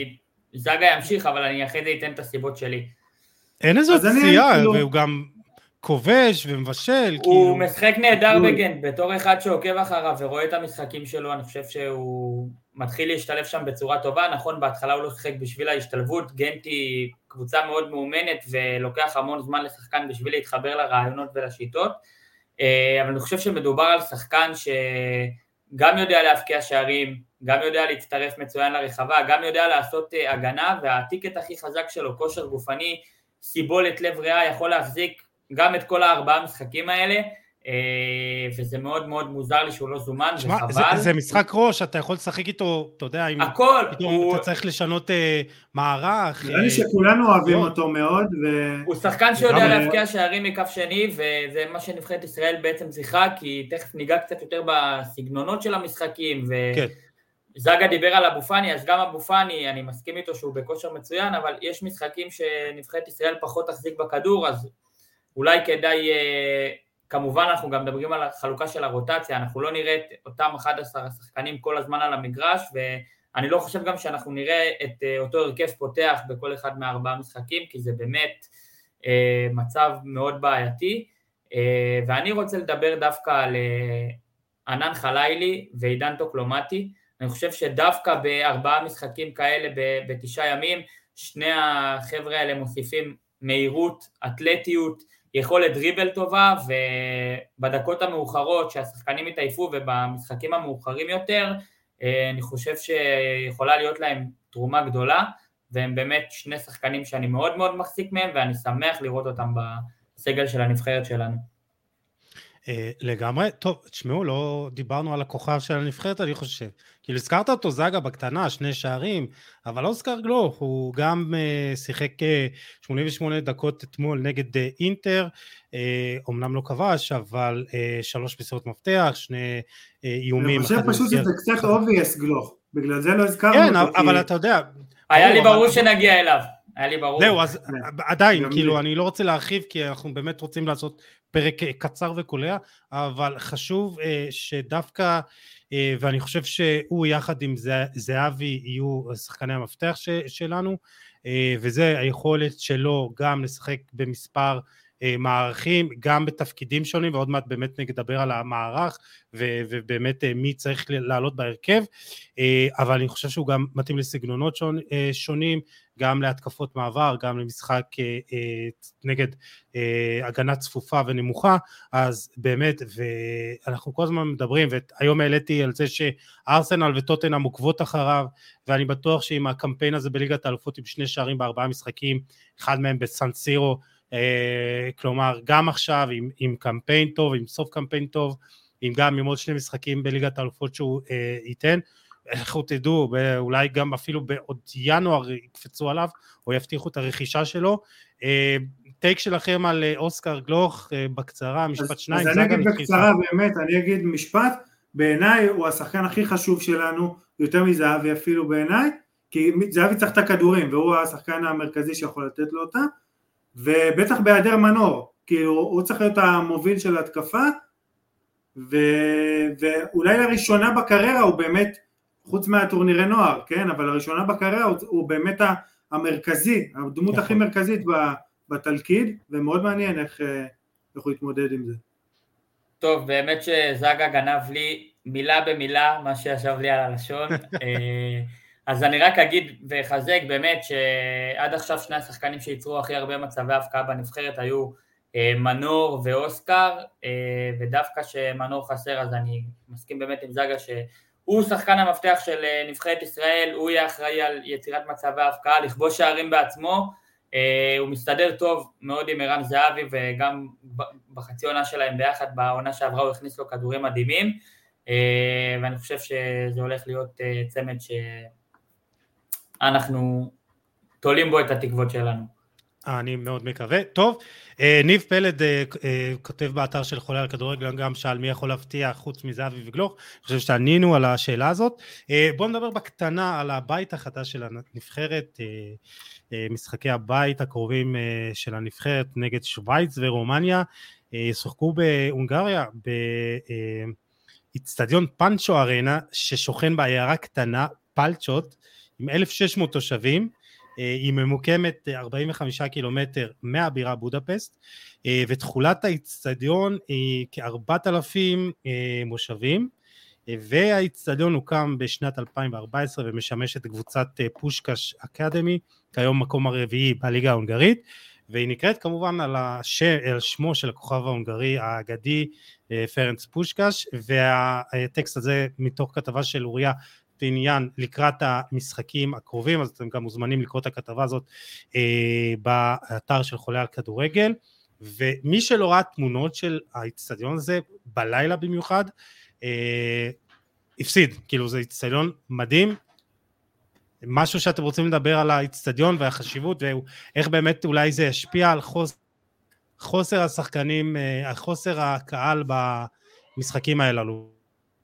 זגה ימשיך, אבל אני אחרי זה אתן את הסיבות שלי. אין איזו צייה, והוא גם כובש ומבשל. הוא משחק נהדר בגנט, בתור אחד שעוקב אחריו ורואה את המשחקים שלו, אני חושב שהוא מתחיל להשתלב שם בצורה טובה, נכון, בהתחלה הוא לא שחק בשביל ההשתלבות, גנט היא קבוצה מאוד מאומנת, ולוקח המון זמן לשחקן בשביל להתחבר לרעיונות ולשיטות, אבל אני חושב שמדובר על שחקן שגם יודע להפקיע שערים, גם יודע להצטרף מצוין לרחבה, גם יודע לעשות הגנה, והטיקט הכי חזק שלו, כושר גופני, סיבולת לב ריאה, יכול להחזיק גם את כל 4 המשחקים האלה, וזה מאוד מאוד מוזר לי שהוא לא זומן, זה חבל. זה משחק ראש, אתה יכול לשחק איתו, אתה יודע, אם הכל, פתאום אתה צריך לשנות מערך. נראה לי שכולנו אוהבים אותו מאוד. הוא שחקן שיודע להפקיע שערים מכף שני, וזה מה שנבחרת ישראל בעצם צריכה, כי תכף ניגע קצת יותר בסגנונות של המשחקים, זגה דיבר על אבו פאני, אז גם אבו פאני, אני מסכים איתו שהוא בכושר מצוין, אבל יש משחקים שנבחרת ישראל פחות תחזיק בכדור, אז אולי כדאי, כמובן אנחנו גם מדברים על החלוקה של הרוטציה, אנחנו לא נראה את אותם 11 השחקנים כל הזמן על המגרש, ואני לא חושב גם שאנחנו נראה את אותו הרכב פותח בכל אחד מה4 משחקים, כי זה באמת מצב מאוד בעייתי, ואני רוצה לדבר דווקא על ענן חלילי ועידן טוקלומטי, אני חושב שדווקא ב4 משחקים כאלה ב9 ימים, שני החבר'ה האלה מוסיפים מהירות, אתלטיות, יכולת דריבל טובה, ובדקות המאוחרות שהשחקנים התעייפו ובמשחקים המאוחרים יותר, אני חושב שיכולה להיות להם תרומה גדולה, והם באמת שני שחקנים שאני מאוד מאוד מחזיק מהם, ואני שמח לראות אותם בסגל של הנבחרת שלנו. לגמרי, טוב, תשמעו, לא דיברנו על הכוכב של הנבחרת, אני חושב, כאילו הזכרת אותו זאגה בקטנה, 2 שערים, אבל אוסקר גלוך, הוא גם שיחק 88 דקות אתמול נגד אינטר, אומנם לא כבש, אבל 3 מסירות מפתח, 2 איומים. אני חושב פשוט שזה קצת obvious גלוך, בגלל זה לא הזכרנו כן, אותו. כן, אבל אתה יודע. היה לי ברור שנגיע אליו. היה לי ברור. זהו, אז עדיין, כאילו, אני לא רוצה להרחיב, כי אנחנו באמת רוצים לעשות פרק קצר וקולע, אבל חשוב שדווקא, ואני חושב שהוא יחד עם זהבי יהיו שחקני המפתח שלנו, וזה היכולת שלו גם לשחק במספר מערכים, גם בתפקידים שונים, ועוד מעט באמת נדבר על המערך, ובאמת מי צריך לעלות בהרכב, אבל אני חושב שהוא גם מתאים לסגנונות שונים, גם להתקפות מעבר, גם למשחק נגד הגנה צפופה ונמוכה, אז באמת, ואנחנו כל הזמן מדברים, והיום העליתי על זה שארסנל וטוטנהאם עוקבות אחריו, ואני בטוח שעם הקמפיין הזה בליגת האלופות עם 2 שערים ב4 משחקים, אחד מהם בסן סירו, כלומר גם עכשיו עם קמפיין טוב, עם סוף קמפיין טוב, גם עם עוד 2 משחקים בליגת האלופות שהוא ייתן, איך תדעו, אולי גם אפילו בעוד ינואר יקפצו עליו, או יבטיחו את הרכישה שלו. טייק שלכם על אוסקר גלוך בקצרה, משפט 2. אז אני אגיד בקצרה באמת, אני אגיד משפט, בעיניי הוא השחקן הכי חשוב שלנו, יותר מזהבי אפילו בעיניי, כי זהבי צריך את הכדורים, והוא השחקן המרכזי שיכול לתת לו אותה, ובטח בהיעדר מנור, כי הוא צריך להיות המוביל של התקפה, ואולי לראשונה בקריירה הוא באמת, חוץ מהטורנירי נוער, כן, אבל לראשונה בקריירה הוא באמת המרכזי, הדמות הכי מרכזית בתלכיד, ומאוד מעניין איך הוא יתמודד עם זה. טוב, באמת שזאגה גנב לי מילה במילה מה שישב לי על הלשון, אז אני רק אגיד וחזק באמת שעד עכשיו 2 השחקנים שייצרו הכי הרבה מצבי הפקעה בנבחרת היו מנור ואוסקר, ודווקא שמנור חסר אז אני מסכים באמת עם זאגה שהוא שחקן המפתח של נבחרת ישראל, הוא יהיה אחראי על יצירת מצבי הפקעה, לכבוש שערים בעצמו, הוא מסתדר טוב מאוד עם ערן זהבי, וגם בחצי עונה שלהם ביחד, בעונה שעברה הוא הכניס לו כדורים מדהימים, ואני חושב שזה הולך להיות צמד שאנחנו תולים בו את התקוות שלנו. אני מאוד מקווה. טוב, ניב פלד כותב באתר של חולה על כדורגל, גם שאל מי יכול להבטיח חוץ מזהבי וגלוך, אני חושב שענינו על השאלה הזאת. בואו נדבר בקטנה על הבית החדש של הנבחרת, משחקי הבית הקרובים של הנבחרת נגד שוויץ ורומניה, שוחקו בהונגריה, באצטדיון פנצ'ו ארנה, ששוכן בעיירה קטנה, פלצ'וט, עם 1,600 תושבים, היא ממוקמת 45 קילומטר מהבירה בודפסט, ותחולת האצטדיון היא כ-4,000 מושבים, והאצטדיון הוקם בשנת 2014 ומשמש את קבוצת פושקש אקדמי, כיום מקום הרביעי בליגה ההונגרית, והיא נקראת כמובן על שמו של הכוכב ההונגרי האגדי פרנץ פושקש, והטקסט הזה מתוך כתבה של אוריה עניין לקראת המשחקים הקרובים, אז אתם גם מוזמנים לקרוא את הכתבה הזאת באתר של חולה על כדורגל, ומי שלא ראה תמונות של האצטדיון הזה בלילה במיוחד, הפסיד, כאילו זה אצטדיון מדהים. משהו שאתם רוצים לדבר על האצטדיון והחשיבות, ואיך באמת אולי זה ישפיע על חוסר השחקנים, חוסר הקהל במשחקים האלו.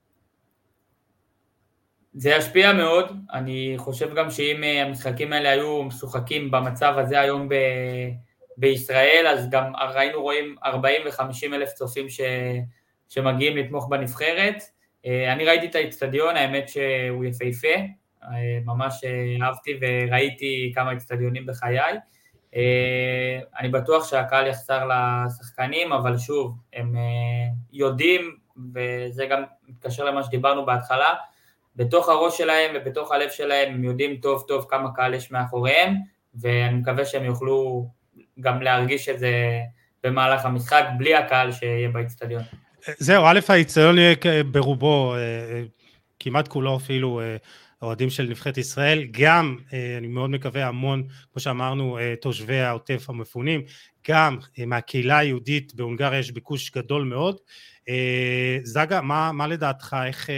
זה ישפיע מאוד, אני חושב גם שאם המשחקים האלה היו משוחקים במצב הזה היום בישראל, אז גם רואים 40 ו-50 אלף צופים שמגיעים לתמוך בנבחרת. אני ראיתי את האצטדיון, האמת שהוא יפהפה, ממש אהבתי וראיתי כמה אצטדיונים בחיי. אני בטוח שהקהל יחסר לשחקנים, אבל שוב, הם יודעים, וזה גם מתקשר למה שדיברנו בהתחלה, בתוך הראש שלהם ובתוך הלב שלהם הם יודעים טוב טוב כמה קהל יש מאחוריהם, ואני מקווה שהם יוכלו גם להרגיש את זה במהלך המשחק, בלי הקהל שיהיה באצטדיון. זהו, א' האצטדיון יהיה ברובו, כמעט כולו אפילו האוהדים של נבחרת ישראל, גם אני מאוד מקווה המון, כמו שאמרנו, תושבי העוטף המפונים, גם מהקהילה היהודית בהונגריה יש ביקוש גדול מאוד. זגה, מה לדעתך, איך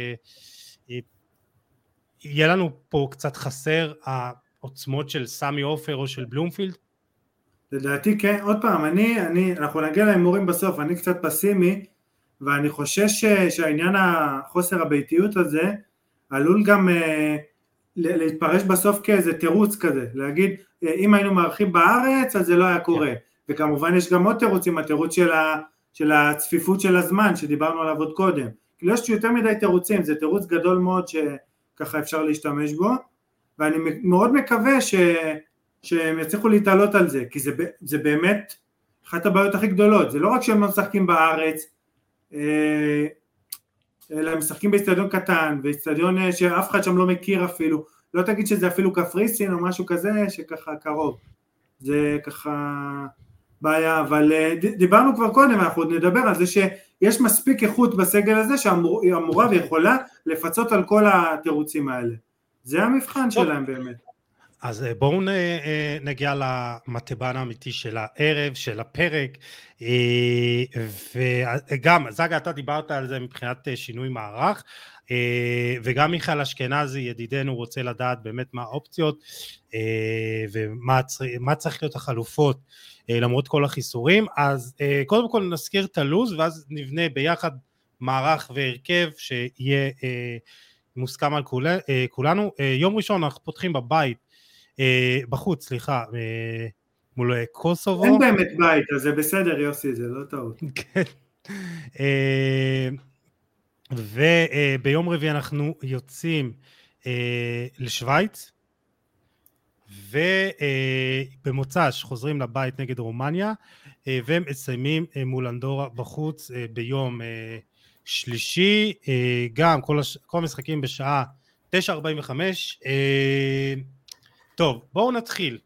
יהיה לנו פה קצת חסר העוצמות של סמי עופר או של בלומפילד? לדעתי כן, עוד פעם, אנחנו נגיע להימורים בסוף, אני קצת פסימי, ואני חושש שהעניין החוסר הביתיות הזה, עלול גם להתפרש בסוף כאיזה תירוץ כזה, להגיד, אם היינו מארחים בארץ, אז זה לא היה קורה, וכמובן יש גם עוד תירוצים, התירוץ של הצפיפות של הזמן, שדיברנו עליו עוד קודם, כי לא יש יותר מדי תירוצים, זה תירוץ גדול מאוד שככה אפשר להשתמש בו, ואני מאוד מקווה שהם יצליחו להתעלות על זה, כי זה באמת אחת הבעיות הכי גדולות, זה לא רק שהם לא משחקים בארץ, אלא הם משחקים באצטדיון קטן, באצטדיון שאף אחד שם לא מכיר אפילו, לא תגיד שזה אפילו קפריסין או משהו כזה שככה קרוב, זה ככה בעיה, אבל דיברנו כבר קודם, אנחנו עוד נדבר על זה שיש מספיק איכות בסגל הזה שאמורה ויכולה לפצות על כל התירוצים האלה, זה המבחן שלהם באמת. אז בואו נגיע למטבן האמיתי של הערב, של הפרק, וגם, זגה, אתה דיברת על זה מבחינת שינוי מערך, וגם מיכאל אשכנזי, ידידנו, רוצה לדעת באמת מה האופציות, ומה צריך להיות החלופות, למרות כל החיסורים. אז קודם כל נזכיר את הלוז, ואז נבנה ביחד מערך והרכב, שיהיה מוסכם על כולנו. יום ראשון אנחנו פותחים בחוץ, סליחה, מול קוסובו. אין באמת בית, אז זה בסדר יוסי, זה לא טעות. כן. וביום רביעי אנחנו יוצאים לשוויץ, ובמוצ"ש חוזרים לבית נגד רומניה, ומסיימים מול אנדורה בחוץ ביום שלישי, גם כל המשחקים בשעה 9:45. טוב, בואו נתחיל.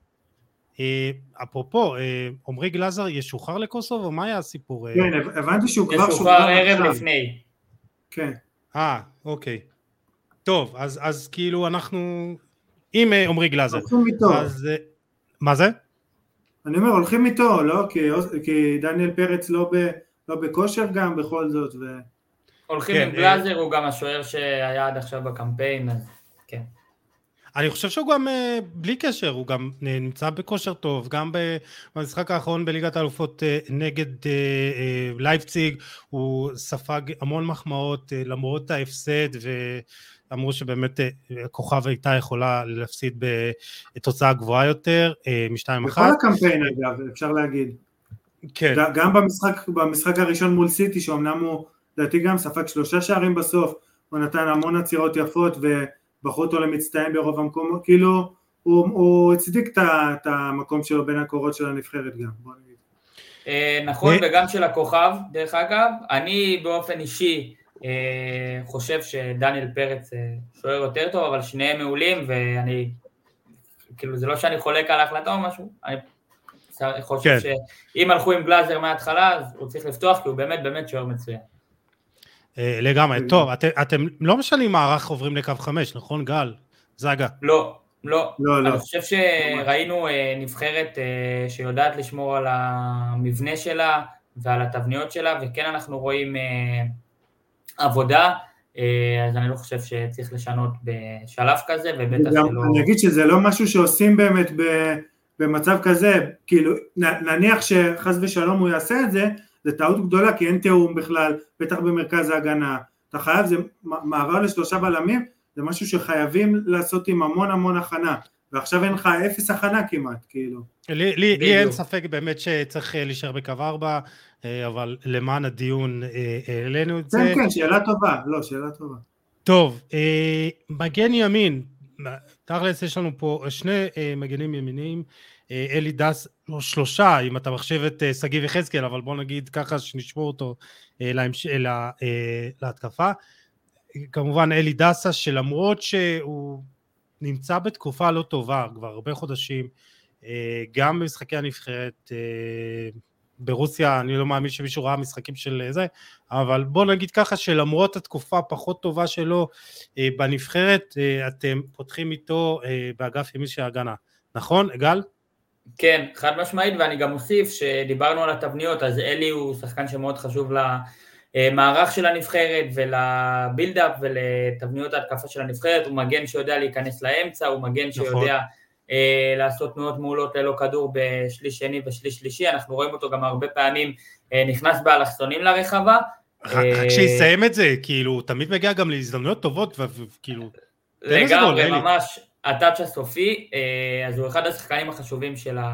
אפרופו, עומרי גלאזר ישוחרר לקוסובו, מה היה הסיפור? כן, הבנתי שהוא כבר ישוחרר ערב לפני. כן. אוקיי. טוב, אז כאילו אנחנו עם עומרי גלאזר. הולכים איתו. מה זה? אני אומר, הולכים איתו, לא? כי דניאל פרץ לא בכושר גם בכל זאת. הולכים עם גלאזר, הוא גם השוער שהיה עד עכשיו בקמפיין, אז כן. אני חושב שהוא גם, בלי קשר, הוא גם נמצא בכושר טוב, גם במשחק האחרון בליגת האלופות נגד לייפציג, הוא ספג המון מחמאות למרות ההפסד, ואמרו שבאמת הכוכב הייתה יכולה להפסיד בתוצאה גבוהה יותר, מ-2-1. בכל הקמפיין אגב, אפשר להגיד. כן. גם במשחק הראשון מול סיטי, שאומנם הוא, לדעתי גם ספג 3 שערים בסוף, הוא נתן המון עצירות יפות, בחרו אותו למצטיין ברוב המקום, כאילו הוא הצדיק את המקום שלו בין הקורות של הנבחרת גם, בוא נגיד. נכון, וגם של הכוכב, דרך אגב, אני באופן אישי חושב שדניאל פרץ שוער יותר טוב, אבל שניהם מעולים, ואני, כאילו זה לא שאני חולק על ההחלטה או משהו, אני חושב שאם הלכו עם גלאזר מההתחלה, אז הוא צריך לפתוח, כי הוא באמת שוער מצוין. לגמרי, טוב, אתם לא משנים מערך עוברים לקו 5, נכון גל? זגה. לא. אני חושב שראינו נבחרת שיודעת לשמור על המבנה שלה ועל התבניות שלה, וכן אנחנו רואים עבודה, אז אני לא חושב שצריך לשנות בשלב כזה, ובטח שלא... אני אגיד שזה לא משהו שעושים באמת במצב כזה, כאילו נניח שחס ושלום הוא יעשה את זה, זה טעות גדולה, כי אין תיאום בכלל, בטח במרכז ההגנה. אתה חייב, זה מעבר ל3 בלמים, זה משהו שחייבים לעשות עם המון הכנה, ועכשיו אין לך 0 הכנה כמעט, כאילו. לי אין ספק באמת שצריך להישאר בקו 4, אבל למען הדיון העלינו את זה. כן, שאלה טובה. טוב, מגן ימין, תכלס יש לנו פה 2 מגנים ימיניים, אלי דס, 3, אם אתה מחשב את סגיב יחזקאל, אבל בוא נגיד ככה שנשמור אותו להתקפה. כמובן אלי דסה, שלמרות שהוא נמצא בתקופה לא טובה, כבר הרבה חודשים, גם במשחקי הנבחרת ברוסיה, אני לא מאמין שמישהו ראה משחקים של זה, אבל בוא נגיד ככה שלמרות התקופה הפחות טובה שלו בנבחרת, אתם פותחים איתו באגף ימין של ההגנה, נכון, אגל? כן, חד משמעית, ואני גם מוסיף שדיברנו על התבניות, אז אלי הוא שחקן שמאוד חשוב למערך של הנבחרת ולבילדאפ ולתבניות ההתקפה של הנבחרת, הוא מגן שיודע להיכנס לאמצע, הוא מגן שיודע לעשות תנועות מעולות ללא כדור בשליש שני ושליש שלישי, אנחנו רואים אותו גם הרבה פעמים נכנס באלכסונים לרחבה. רק שיסיים את זה, כאילו, הוא תמיד מגיע גם להזדמנויות טובות, וכאילו... לגמרי, ממש, הטאץ' הסופי, אז הוא אחד השחקנים החשובים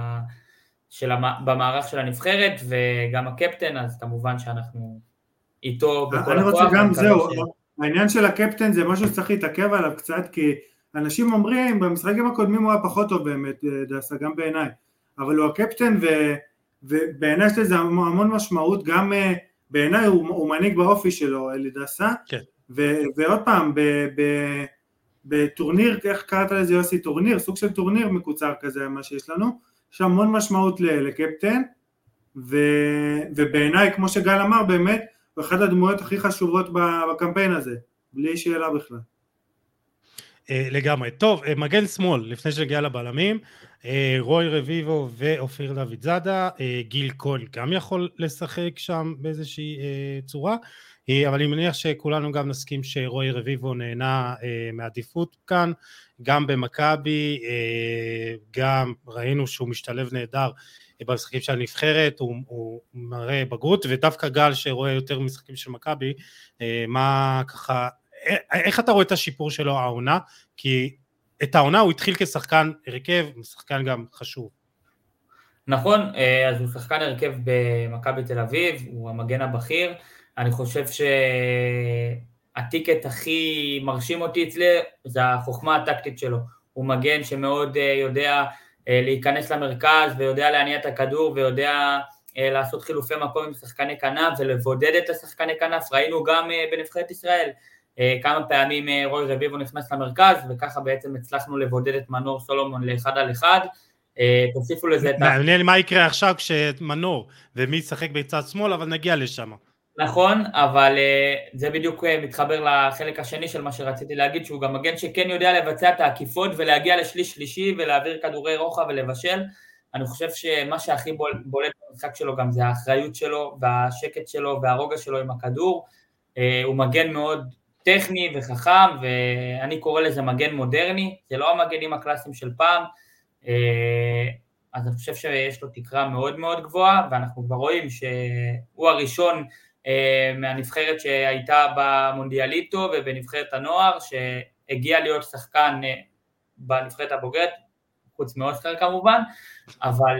במערך של הנבחרת, וגם הקפטן, אז כמובן שאנחנו איתו בכל הכוח. אני רוצה גם זהו, העניין של הקפטן זה משהו שצריך להתעכב עליו קצת, כי אנשים אומרים, במשחקים הקודמים הוא היה פחות טוב באמת, דסה, גם בעיניי, אבל הוא הקפטן, ובעיניי יש לזה המון משמעות, גם בעיניי הוא מנהיג באופי שלו, אלי דסה, ועוד פעם, בטורניר, איך קראת לזה יוסי, טורניר, סוג של טורניר מקוצר כזה, מה שיש לנו, יש המון משמעות לקפטן, ובעיניי, כמו שגל אמר, באמת, הוא אחד הדמויות הכי חשובות בקמפיין הזה, בלי שאלה בכלל. לגמרי. טוב, מגן שמאל, לפני שנגיע לבלמים, רוי רביבו ואופיר דוד זאדה, גיל כהן גם יכול לשחק שם באיזושהי צורה, אבל אני מניח שכולנו גם נסכים שרוי רביבו נהנה מעדיפות כאן, גם במכבי, גם ראינו שהוא משתלב נהדר במשחקים של הנבחרת, הוא מראה בגרות, ודווקא גל שרואה יותר משחקים של מכבי, מה ככה, איך אתה רואה את השיפור שלו העונה? כי את העונה הוא התחיל כשחקן הרכב, שחקן גם חשוב. נכון, אז הוא שחקן הרכב במכבי תל אביב, הוא המגן הבכיר, אני חושב שהטיקט הכי מרשים אותי אצלי, זה החוכמה הטקטית שלו, הוא מגן שמאוד יודע להיכנס למרכז, ויודע להניע את הכדור, ויודע לעשות חילופי מקום עם שחקני כנף, ולבודד את השחקני כנף, ראינו גם בנבחרת ישראל, כמה פעמים רוי רביבו נכנס למרכז, וככה בעצם הצלחנו לבודד את מנור סולומון לאחד על אחד, תוסיפו לזה את... מעניין מה יקרה עכשיו כשמנור, ומי ישחק בצד שמאל, אבל נגיע לשם. נכון, אבל זה בדיוק מתחבר לחלק השני של מה שרציתי להגיד, שהוא גם מגן שכן יודע לבצע את העקיפות, ולהגיע לשליש שלישי, ולהעביר כדורי רוחב ולבשל, אני חושב שמה שהכי בולט במשחק שלו גם זה האחריות שלו, והשקט שלו, והרוגע שלו עם הכדור, הוא מגן מאוד טכני וחכם, ואני קורא לזה מגן מודרני, זה לא המגנים הקלאסיים של פעם, אז אני חושב שיש לו תקרה מאוד מאוד גבוהה, ואנחנו כבר רואים שהוא הראשון מהנבחרת שהייתה במונדיאליטו ובנבחרת הנוער, שהגיע להיות שחקן בנבחרת הבוגרת, חוץ מאוסקר כמובן, אבל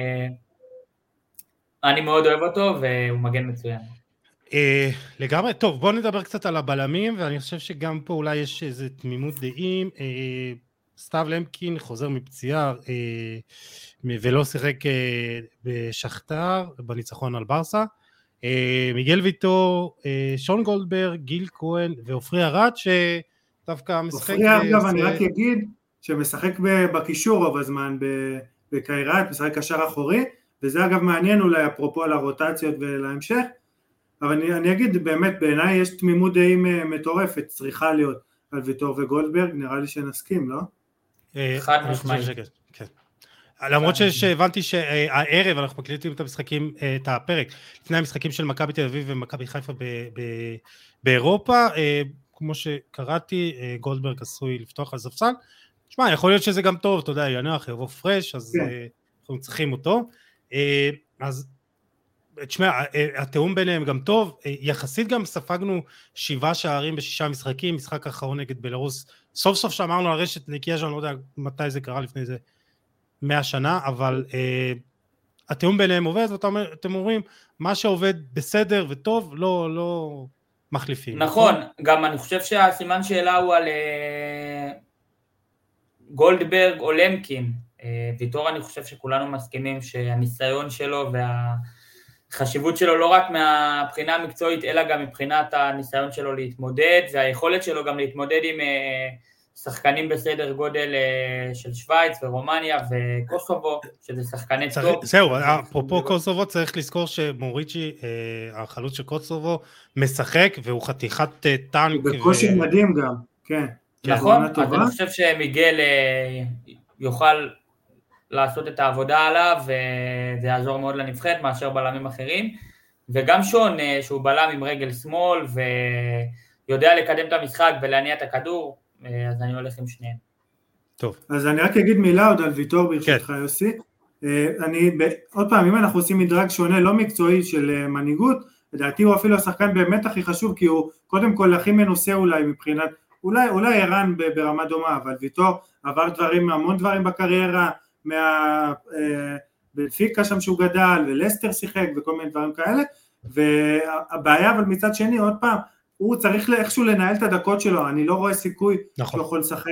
אני מאוד אוהב אותו והוא מגן מצוין. לגמרי, טוב, בואו נדבר קצת על הבלמים, ואני חושב שגם פה אולי יש איזה תמימות דעים, סתיו למקין חוזר מפציעה ולא שיחק בשכתר, בניצחון על ברסה, מיגל ויטור, שון גולדברג, גיל כהן ועופרי ארד, שדווקא משחק... עופרי אגב, אני רק אגיד שמשחק בקישור רוב הזמן בקיירת, משחק קשר אחורי, וזה אגב מעניין אולי אפרופו על הרוטציות ולהמשך, אבל אני אגיד באמת בעיניי יש תמימות דעים מטורפת, צריכה להיות על ויטור וגולדברג, נראה לי שנסכים, לא? חד משמעית. כן. למרות שהבנתי שהערב אנחנו מקליטים את המשחקים, את הפרק, לפני המשחקים של מכבי תל אביב ומכבי חיפה באירופה, כמו שקראתי, גולדברג עשוי לפתוח על ספסל, תשמע, יכול להיות שזה גם טוב, אתה יודע, ינוח, יבוא פרש, אז אנחנו צריכים אותו, אז תשמע, התאום ביניהם גם טוב, יחסית גם ספגנו 7 שערים ב6 משחקים, משחק האחרון נגד בלרוס, סוף סוף שאמרנו על רשת נקייה, שאני לא יודע מתי זה קרה לפני זה 100 שנה, אבל התאום ביניהם עובד, ואתם אומרים, מה שעובד בסדר וטוב, לא מחליפים. נכון, גם אני חושב שהסימן שאלה הוא על גולדברג או למקין, ויטור אני חושב שכולנו מסכימים שהניסיון שלו והחשיבות שלו לא רק מהבחינה המקצועית, אלא גם מבחינת הניסיון שלו להתמודד, והיכולת שלו גם להתמודד עם שחקנים בסדר גודל של שוויץ ורומניה וקוסובו, שזה שחקני טופ. זהו, אפרופו קוסובו, צריך לזכור שמוריצ'י, החלוץ של קוסובו, משחק, והוא חתיכת טנק. בכושר מדהים גם, כן. נכון, אז אני חושב שמיגל יוכל לעשות את העבודה עליו, וזה יעזור מאוד לנבחרת מאשר בלמים אחרים, וגם שון, שהוא בלם עם רגל שמאל, ויודע לקדם את המשחק ולהניע את הכדור, אז אני הולך עם שניהם. טוב. אז אני רק אגיד מילה עוד על ויטור ברשותך יוסי. עוד פעם, אם אנחנו עושים מדרג שונה, לא מקצועי של מנהיגות, לדעתי הוא אפילו השחקן באמת הכי חשוב, כי הוא קודם כל הכי מנוסה אולי מבחינת, אולי ערן ברמה דומה, אבל ויטור עבר המון דברים בקריירה, בנפיקה שם שהוא גדל, ולסטר שיחק וכל מיני דברים כאלה, והבעיה אבל מצד שני, עוד פעם, הוא צריך איכשהו לנהל את הדקות שלו, אני לא רואה סיכוי שהוא יכול לשחק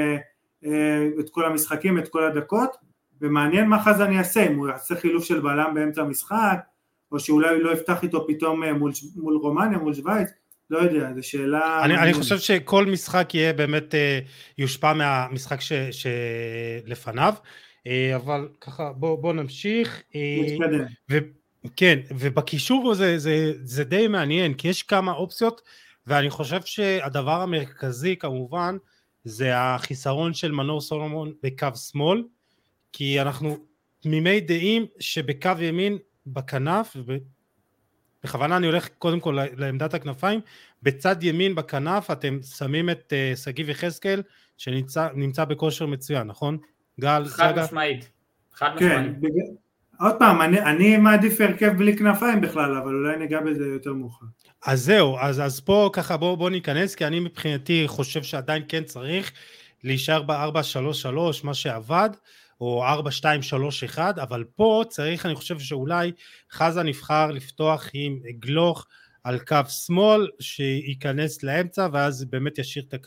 את כל המשחקים, את כל הדקות, ומעניין מה חזן יעשה, אם הוא יעשה חילוף של בלם באמצע המשחק, או שאולי לא יפתח איתו פתאום מול רומניה, מול שוויץ, לא יודע, זו שאלה... אני חושב שכל משחק יהיה באמת יושפע מהמשחק שלפניו, אבל ככה בוא נמשיך. מתקדם. כן, ובקישור זה די מעניין, כי יש כמה אופציות, ואני חושב שהדבר המרכזי כמובן, זה החיסרון של מנור סולומון בקו שמאל, כי אנחנו תמימי דעים שבקו ימין בכנף, בכוונה אני הולך קודם כל לעמדת הכנפיים, בצד ימין בכנף אתם שמים את סגיב יחזקאל, שנמצא בכושר מצוין, נכון? גל, חד משמעית. כן, עוד פעם, אני מעדיף הרכב בלי כנפיים בכלל, אבל אולי ניגע בזה יותר מאוחר. אז זהו, אז פה ככה בוא ניכנס, כי אני מבחינתי חושב שעדיין כן צריך להישאר ב-4-3-3, מה שעבד, או 4-2-3-1, אבל פה צריך, אני חושב שאולי חזן נבחר לפתוח עם גלוך על קו שמאל, שייכנס לאמצע, ואז באמת ישאיר את הקו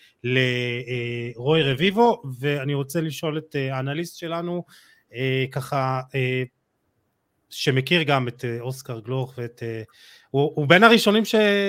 לרוי רביבו, ואני רוצה לשאול את האנליסט שלנו, ככה, שמכיר גם את אוסקר גלוך, הוא בין הראשונים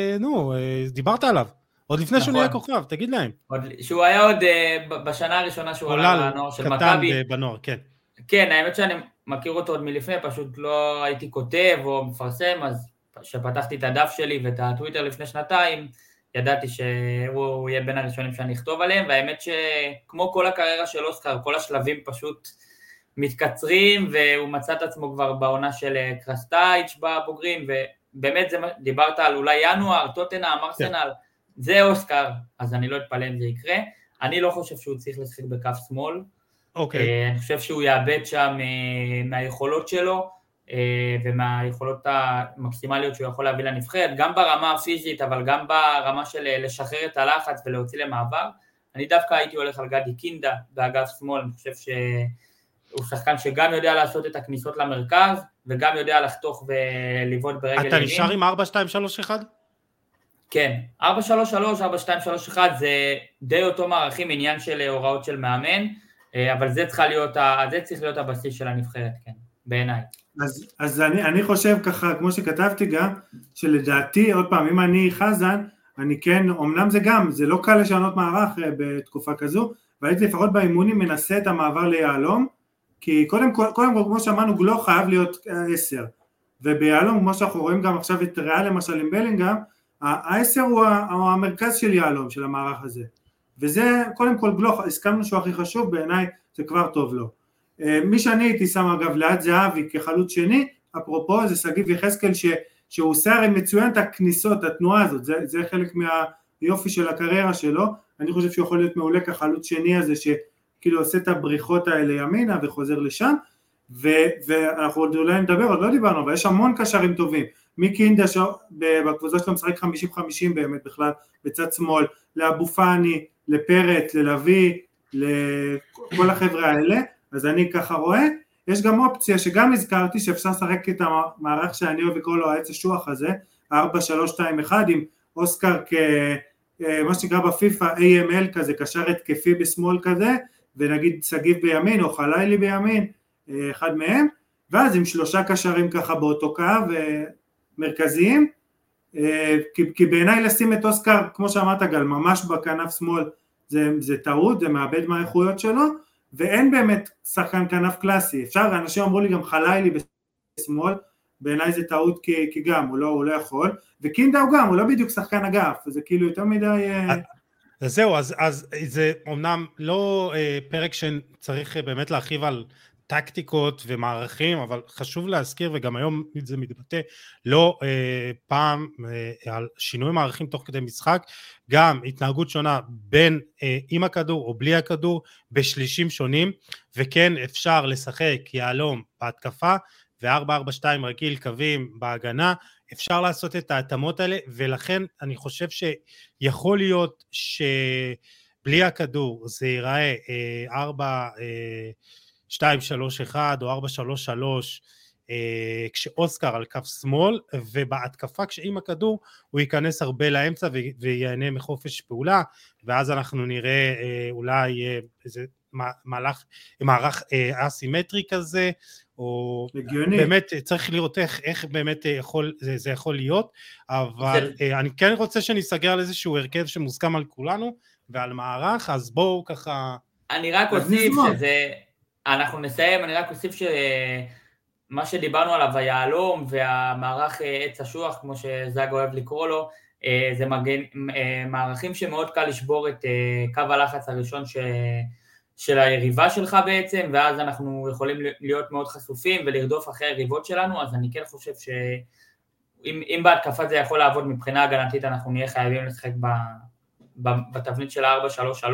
דיברת עליו, עוד לפני שהוא נהיה כוכב, תגיד להם. שהוא היה עוד בשנה הראשונה שהוא עלה לנוער של מכבי. קטן בנוער, כן. כן, האמת שאני מכיר אותו עוד מלפני, פשוט לא הייתי כותב או מפרסם, אז כשפתחתי את הדף שלי ואת הטוויטר לפני שנתיים, ידעתי שהוא יהיה בין הראשונים שאני אכתוב עליהם, והאמת שכמו כל הקריירה של אוסקר, כל השלבים פשוט מתקצרים, והוא מצא את עצמו כבר בעונה של קרסטייץ' בבוגרים, ובאמת דיברת על אולי ינואר, טוטנהאם, ארסנל, זה אוסקר, אז אני לא אתפלא אם זה יקרה. אני לא חושב שהוא צריך לשחק בכף שמאל. אני חושב שהוא יאבד שם מהיכולות שלו, ומהיכולות המקסימליות שהוא יכול להביא לנבחרת, גם ברמה הפיזית, אבל גם ברמה של לשחרר את הלחץ ולהוציא למעבר. אני דווקא הייתי הולך על גדי קינדה באגף שמאל, אני חושב שהוא שחקן שגם יודע לעשות את הכניסות למרכז, וגם יודע לחתוך ולבעוט ברגל ימין. אתה נשאר עם 4-2-3-1? כן, 4-3-3, 4-2-3-1 זה די אותו מערכים, עניין של הוראות של מאמן, אבל זה צריך להיות הבסיס של הנבחרת, כן, בעיניי. אז אני חושב ככה, כמו שכתבתי גם, שלדעתי, עוד פעם, אם אני חזן, אני כן, אמנם זה לא קל לשנות מערך בתקופה כזו, והייתי לפחות באימונים מנסה את המעבר ליעלום, כי קודם כל, כמו שאמרנו, גלוך חייב להיות 10, וביעלום, כמו שאנחנו רואים גם עכשיו את ריאל למשל עם בלינגהם, ה-10 הוא המרכז של יעלום, של המערך הזה, וזה קודם כל גלוך, הסכמנו שהוא הכי חשוב, בעיניי זה כבר טוב לו. מי שאני הייתי שם אגב ליד זהבי כחלוץ שני, אפרופו זה סגיב יחזקאל שהוא עושה הרי מצוין את הכניסות, התנועה הזאת, זה חלק מהיופי של הקריירה שלו, אני חושב שהוא יכול להיות מעולה כחלוץ שני הזה, שכאילו עושה את הבריחות האלה ימינה וחוזר לשם, ואנחנו אולי נדבר, עוד לא דיברנו, אבל יש המון קשרים טובים, מיקי אינדה בקבוצה שלו משחק 50-50 באמת בכלל, בצד שמאל, לאבו פאני, לפרט, ללוי, לכל החבר'ה האלה, אז אני ככה רואה, יש גם אופציה שגם הזכרתי שאפשר לשחק את המערך שאני אוהב לקרוא לו העץ השוח הזה, 4-3-2-1 עם אוסקר מה שנקרא בפיפה AML כזה, קשר התקפי בשמאל כזה, ונגיד סגיב בימין או חלילי בימין, אחד מהם, ואז עם 3 קשרים ככה באותו קו מרכזיים, כי בעיניי לשים את אוסקר, כמו שאמרת גל, ממש בכנף שמאל, זה טעות, זה מאבד מהאיכויות שלו, ואין באמת שחקן כנף קלאסי, אנשים אמרו לי גם חלילי בשמאל, בעיניי זה טעות כי גם, הוא לא יכול, וקינדה הוא גם, הוא לא בדיוק שחקן אגף, זה כאילו יותר מדי... אז זהו, אז זה אומנם לא פרק שצריך באמת להרחיב על טקטיקות ומערכים, אבל חשוב להזכיר, וגם היום זה מתבטא, לא פעם על שינוי מערכים תוך כדי משחק, גם התנהגות שונה בין עם הכדור או בלי הכדור, בשלישים שונים, וכן אפשר לשחק יהלום בהתקפה, ו4-4-2 רגיל קווים בהגנה, אפשר לעשות את ההתאמות האלה, ולכן אני חושב שיכול להיות שבלי הכדור זה ייראה 4-2-3-1 או 4-3-3 כשאוסקר על כף שמאל, ובהתקפה כשעם הכדור הוא ייכנס הרבה לאמצע ויהנה מחופש פעולה, ואז אנחנו נראה אולי איזה מערך אסימטרי כזה, או הגיוני. באמת צריך לראות איך באמת זה יכול להיות, אבל אני כן רוצה שנסגר על איזשהו הרכב שמוסכם על כולנו ועל מערך, אז בואו ככה... אני רק אוסיף שזה, אנחנו נסיים, אני רק אוסיף שמה שדיברנו עליו, היהלום והמערך עץ השוח, כמו שזאג אוהב לקרוא לו, זה מערכים שמאוד קל לשבור את קו הלחץ הראשון של היריבה שלך בעצם, ואז אנחנו יכולים להיות מאוד חשופים ולרדוף אחרי היריבות שלנו, אז אני כן חושב שאם בהתקפה זה יכול לעבוד מבחינה הגנתית, אנחנו נהיה חייבים לשחק בתבנית של ה-4-3-3,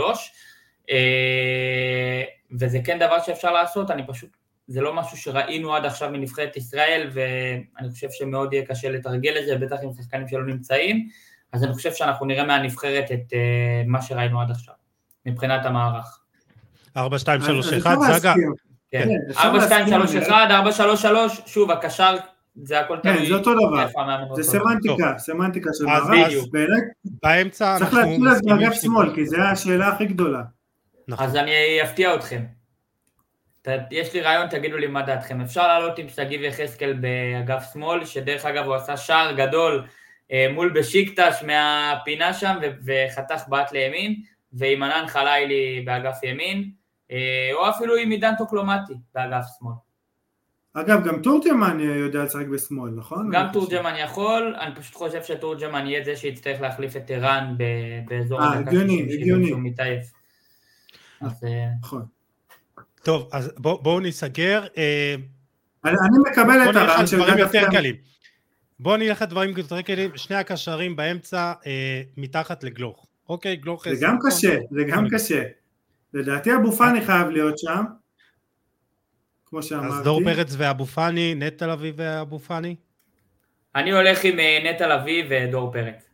וזה כן דבר שאפשר לעשות, אני פשוט, זה לא משהו שראינו עד עכשיו מנבחרת ישראל, ואני חושב שמאוד יהיה קשה לתרגל את זה, בטח עם שחקנים שלא נמצאים, אז אני חושב שאנחנו נראה מהנבחרת את מה שראינו עד עכשיו, מבחינת המערך. 4-2-3-1, זאגה. 4-2-3-1, 4-3-3, שוב, הקשר, זה הכל תלוי. כן, זה אותו דבר, זה סמנטיקה של מערך, באמצע צריך להתחיל את אגף שמאל, כי זו השאלה הכי גדולה. אז אני אפתיע אתכם. יש לי רעיון, תגידו לי מה דעתכם. אפשר לעלות עם שגיב יחזקאל באגף שמאל, שדרך אגב הוא עשה שער גדול מול בשיקטש מהפינה שם, וחתך בעט לימין, ועם ענן חלילי באגף ימין, או אפילו עם עידן טוקלומטי באגף שמאל. אגב, גם תורג'מן יודע לשחק בשמאל, נכון? גם תורג'מן יכול, אני פשוט חושב שתורג'מן יהיה זה שיצטרך להחליף את ערן באזור הדקה 60 שהוא מתעייף. נכון. טוב, אז בואו נסגר. אני מקבל את הרעיון של דברים יותר קלים. בואו נלך לדברים יותר קלים, שני הקשרים באמצע מתחת לגלוך. אוקיי, גלוך... זה גם קשה. לדעתי אבו פאני חייב להיות שם, כמו שאמרתי. אז דור פרץ ואבו פאני, נטע לביא ואבו פאני? אני הולך עם נטע לביא ודור פרץ.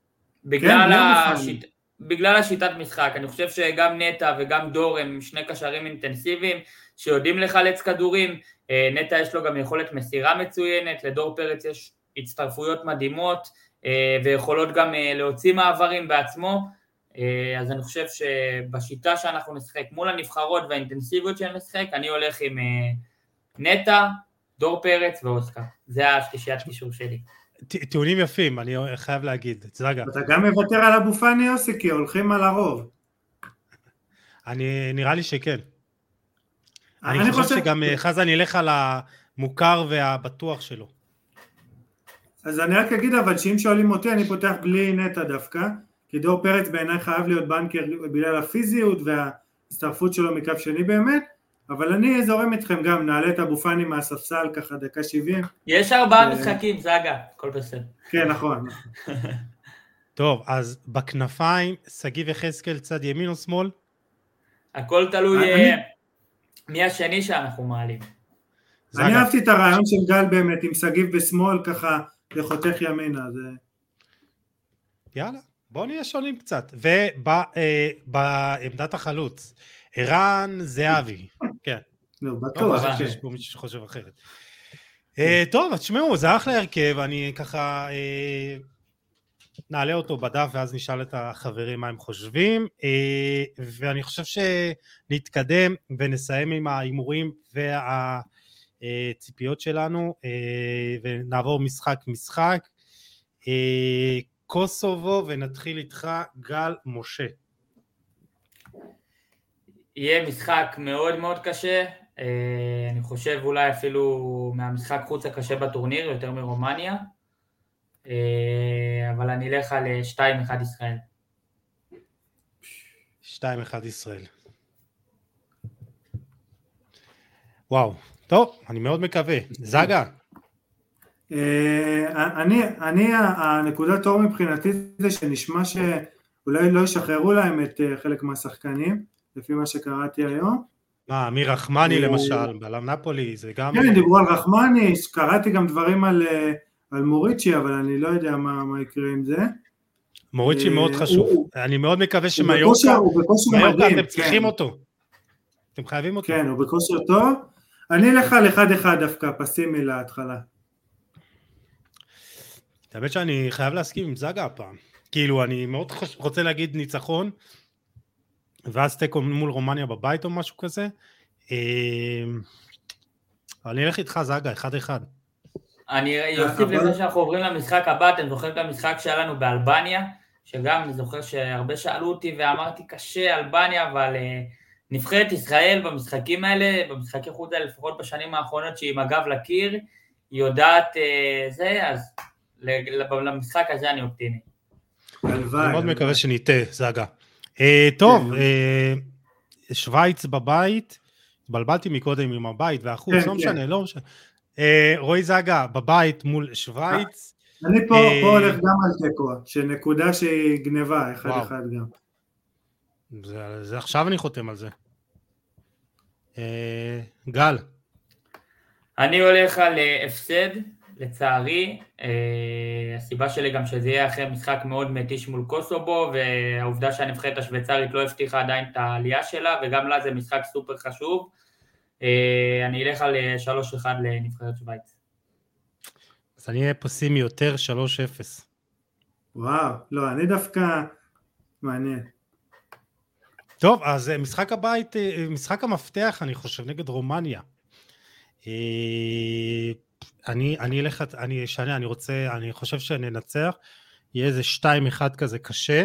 בגלל השיטת משחק, אני חושב שגם נטע וגם דור הם שני קשרים אינטנסיביים, שיודעים לחלץ כדורים, נטע יש לו גם יכולת מסירה מצוינת, לדור פרץ יש הצטרפויות מדהימות, ויכולות גם להוציא מעברים בעצמו, אז אני חושב שבשיטה שאנחנו נשחק מול הנבחרות והאינטנסיביות של נשחק, אני הולך עם נטע, דור פרץ ואוסקר, זה השלישיית קישור שלי. טיעונים יפים, אני חייב להגיד, זאגה. אתה גם מוותר על אבו פאני יוסי, כי הולכים על הרוב. נראה לי שכן. אני חושב שגם חזן ילך על המוכר והבטוח שלו. אז אני רק אגיד אבל שאם שואלים אותי, אני פותח בלי נטע דווקא, כי דור פרץ בעיניי חייב להיות בנקר בגלל הפיזיות וההצטרפות שלו מקו שני באמת, אבל אני זורם איתכם גם, נעלה את אבו פאני מהספסל ככה דקה 70. יש 4 משחקים, זאגה, הכל בסדר. כן, נכון. טוב, אז בכנפיים, שגיב יחזקאל צד ימין או שמאל? הכל תלוי מי השני שאנחנו מעלים. אני אהבתי את הרעיון של גל באמת, עם שגיב בשמאל ככה, לחותך ימינה. יאללה, בואו נהיה שונים קצת. ובעמדת החלוץ, ערן זהבי, כן. לא, בטוח. יש פה מישהו שחושב אחרת. טוב, אז תשמעו, זה אחלה הרכב, אני ככה נעלה אותו בדף, ואז נשאל את החברים מה הם חושבים, ואני חושב שנתקדם ונסיים עם ההימורים והציפיות שלנו, ונעבור משחק, קוסובו, ונתחיל איתך גל משה. יהיה משחק מאוד מאוד קשה, אני חושב אולי אפילו מהמשחק חוץ הקשה בטורניר, יותר מרומניה, אבל אני אלך על 2-1 ישראל. 2-1 ישראל. וואו, טוב, אני מאוד מקווה. זגה? הנקודת אור מבחינתי זה שנשמע שאולי לא ישחררו להם את חלק מהשחקנים, לפי מה שקראתי היום. מה, אמיר רחמני למשל, בלם נפולי, זה גם... כן, דיברו על רחמני, קראתי גם דברים על מוריצ'י, אבל אני לא יודע מה יקרה עם זה. מוריצ'י מאוד חשוב, אני מאוד מקווה שמיורקה אתם צריכים אותו, אתם חייבים אותו. כן, הוא בכושר טוב, אני אלך על 1-1 דווקא, פסימי להתחלה. האמת שאני חייב להסכים עם זגה הפעם, כאילו אני מאוד רוצה להגיד ניצחון, ואז תיקו מול רומניה בבית או משהו כזה, אבל אני אלך איתך זגה, 1-1. אני אוסיף לזה שאנחנו עוברים למשחק הבא, אתם זוכרים את המשחק שהיה לנו באלבניה, שגם אני זוכר שהרבה שאלו אותי ואמרתי קשה אלבניה, אבל נבחרת ישראל במשחקים האלה, במשחקי חוץ האלה, לפחות בשנים האחרונות שהיא עם הגב לקיר, היא יודעת זה, אז למשחק הזה אני אופטימי. אני מאוד מקווה שניתה, זגה. טוב, שוויץ בבית, התבלבלתי מקודם עם הבית והחוץ, לא משנה, לא משנה. רועי זגה בבית מול שוויץ. אני פה הולך גם על תיקו, שנקודה שהיא גניבה, 1-1 גם. זה עכשיו אני חותם על זה. גל. אני הולך על הפסד, לצערי, הסיבה שלי גם שזה יהיה אחרי משחק מאוד מתיש מול קוסובו, והעובדה שהנבחרת השוויצרית לא הבטיחה עדיין את העלייה שלה, וגם לה זה משחק סופר חשוב. אני אלך על 3-1 לנבחרת שוויץ. אז אני אהיה פסימי יותר 3-0. וואו, לא, אני דווקא מעניין. טוב, אז משחק הבית, משחק המפתח, אני חושב, נגד רומניה. אני חושב שננצח, יהיה איזה 2-1 כזה קשה.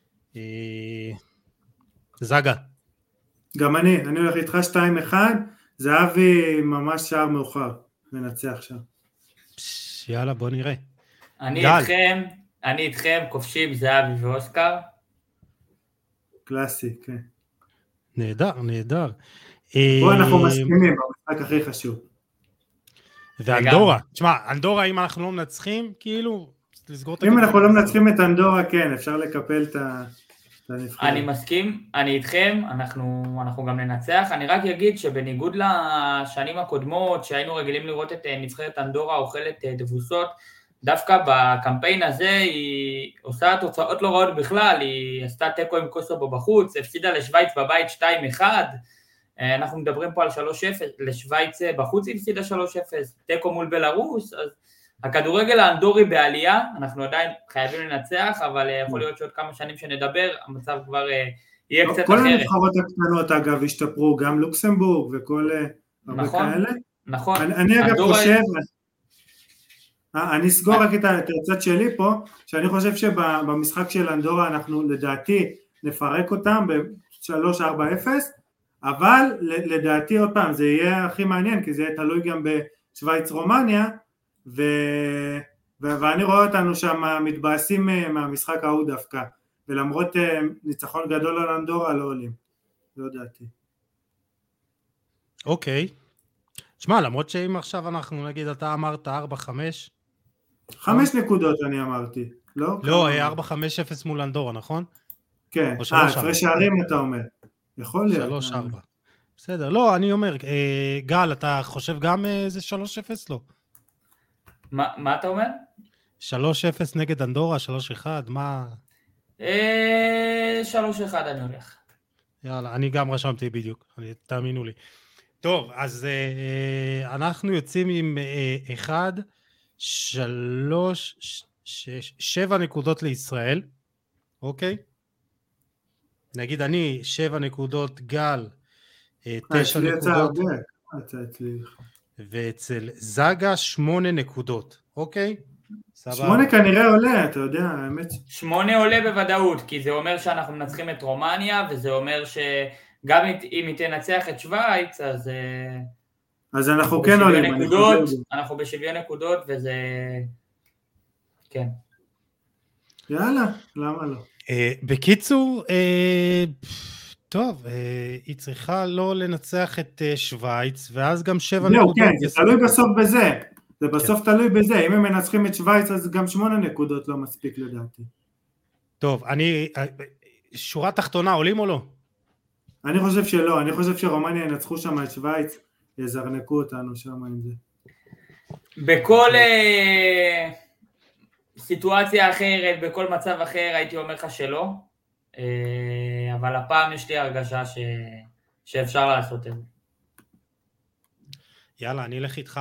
זגה. גם אני הולך איתך 2-1, זהבי ממש שער מאוחר, מנצח שם. יאללה, בוא נראה. אני איתכם, כובשים זהבי ואוסקר. קלאסי, כן. נהדר. פה אנחנו מסכימים, במשחק הכי חשוב. ואנדורה, תשמע, אנדורה אם אנחנו לא מנצחים, כאילו, לסגור את... אם אנחנו לא מנצחים את אנדורה, כן, אפשר לקפל את הנבחרת. אני מסכים, אני איתכם, אנחנו גם ננצח, אני רק אגיד שבניגוד לשנים הקודמות, שהיינו רגילים לראות את נבחרת אנדורה אוכלת דבוסות, דווקא בקמפיין הזה היא עושה תוצאות לא רעות בכלל, היא עשתה תיקו עם קוסובו בחוץ, הפסידה לשוויץ בבית 2-1, אנחנו מדברים פה על 3-0, לשוויץ בחוץ הפסידה 3-0, תיקו מול בלרוס, אז הכדורגל האנדורי בעלייה, אנחנו עדיין חייבים לנצח, אבל יכול להיות שעוד כמה שנים שנדבר, המצב כבר יהיה קצת אחרת. כל הנבחרות הקטנות אגב השתפרו, גם לוקסמבורג וכל הרבה כאלה. נכון. אני אגב חושב, אני אסגור רק את הצד שלי פה, שאני חושב שבמשחק של אנדורה אנחנו לדעתי נפרק אותם ב-3-4-0, אבל לדעתי עוד פעם זה יהיה הכי מעניין, כי זה יהיה תלוי גם בשוויץ רומניה, ואני רואה אותנו שם מתבאסים מהמשחק ההוא דווקא, ולמרות ניצחון גדול על אנדורה לא עולים, לא דעתי. אוקיי, תשמע, למרות שאם עכשיו אנחנו נגיד, אתה אמרת 4-5, 5 נקודות אני אמרתי, לא? לא, 4-5-0 מול אנדורה, נכון? כן, הפרש שערים אתה אומר, יכול להיות. 3-4, בסדר, לא, אני אומר, גל, אתה חושב גם איזה 3-0? לא. מה אתה אומר? 3-0 נגד אנדורה, 3-1, מה? 3-1 אני הולך. יאללה, אני גם רשמתי בדיוק, תאמינו לי. טוב, אז אנחנו יוצאים עם 7 נקודות לישראל, אוקיי? נגיד אני 7 נקודות, גל 9 נקודות, ואצל זגה 8 נקודות, אוקיי? 8 כנראה עולה, אתה יודע, האמת. 8 עולה בוודאות, כי זה אומר שאנחנו מנצחים את רומניה, וזה אומר גם אם היא תנצח את שוויץ, אז אנחנו כן עולים. אנחנו בשוויון נקודות, וזה... כן. יאללה, למה לא? בקיצור, טוב, היא צריכה לא לנצח את שוויץ, ואז גם 7 נקודות. כן, זה תלוי בסוף בזה. זה בסוף תלוי בזה. אם הם מנצחים את שוויץ, אז גם 8 נקודות לא מספיק לדעתי. טוב, שורה תחתונה, עולים או לא? אני חושב שלא. אני חושב שרומניה ינצחו שם את שוויץ, יזרנקו אותנו שם עם זה. בכל סיטואציה אחרת, בכל מצב אחר, הייתי אומר לך שלא. אבל הפעם יש לי הרגשה שאפשר לעשות את זה. יאללה, אני אלך איתך.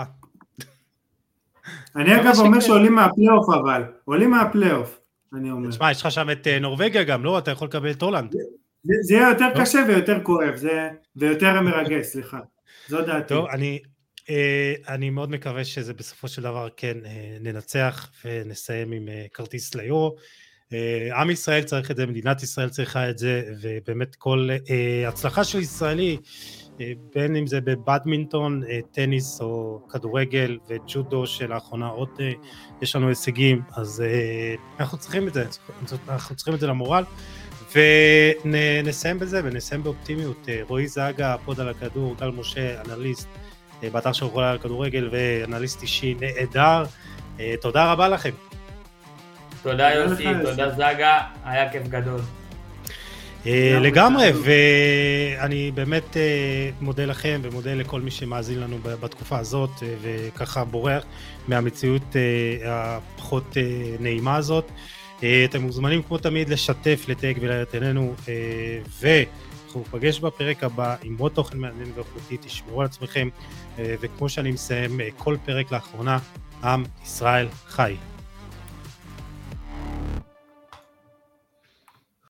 אני אגב אומר שעולים מהפלייאוף, אבל עולים מהפלייאוף, אני אומר. תשמע, יש לך שם את נורווגיה גם, לא? אתה יכול לקבל את הולנד. זה יהיה יותר קשה ויותר כואב, ויותר מרגש, סליחה. זו דעתי. טוב, אני מאוד מקווה שזה בסופו של דבר כן ננצח ונסיים עם כרטיס ליורו. עם ישראל צריך את זה, מדינת ישראל צריכה את זה, ובאמת כל הצלחה של ישראלי, בין אם זה בבדמינטון, טניס או כדורגל וג'ודו שלאחרונה עוד יש לנו הישגים, אז אנחנו צריכים את זה, אנחנו צריכים את זה למורל, ונסיים בזה, ונסיים באופטימיות. רועי זאגה, הפוד על הכדור, גל משה, אנליסט, באתר של חולה על כדורגל ואנליסט אישי נהדר, תודה רבה לכם. תודה יוסי, תודה זאגה, היה כיף גדול. לגמרי, ואני באמת מודה לכם ומודה לכל מי שמאזין לנו בתקופה הזאת, וככה בורח מהמציאות הפחות נעימה הזאת. אתם מוזמנים כמו תמיד לשתף, לטייג ולהאיר את עינינו, ואנחנו נפגש בפרק הבא עם עוד תוכן מעניין ואיכותי. תשמרו על עצמכם, וכמו שאני מסיים כל פרק לאחרונה, עם ישראל חי.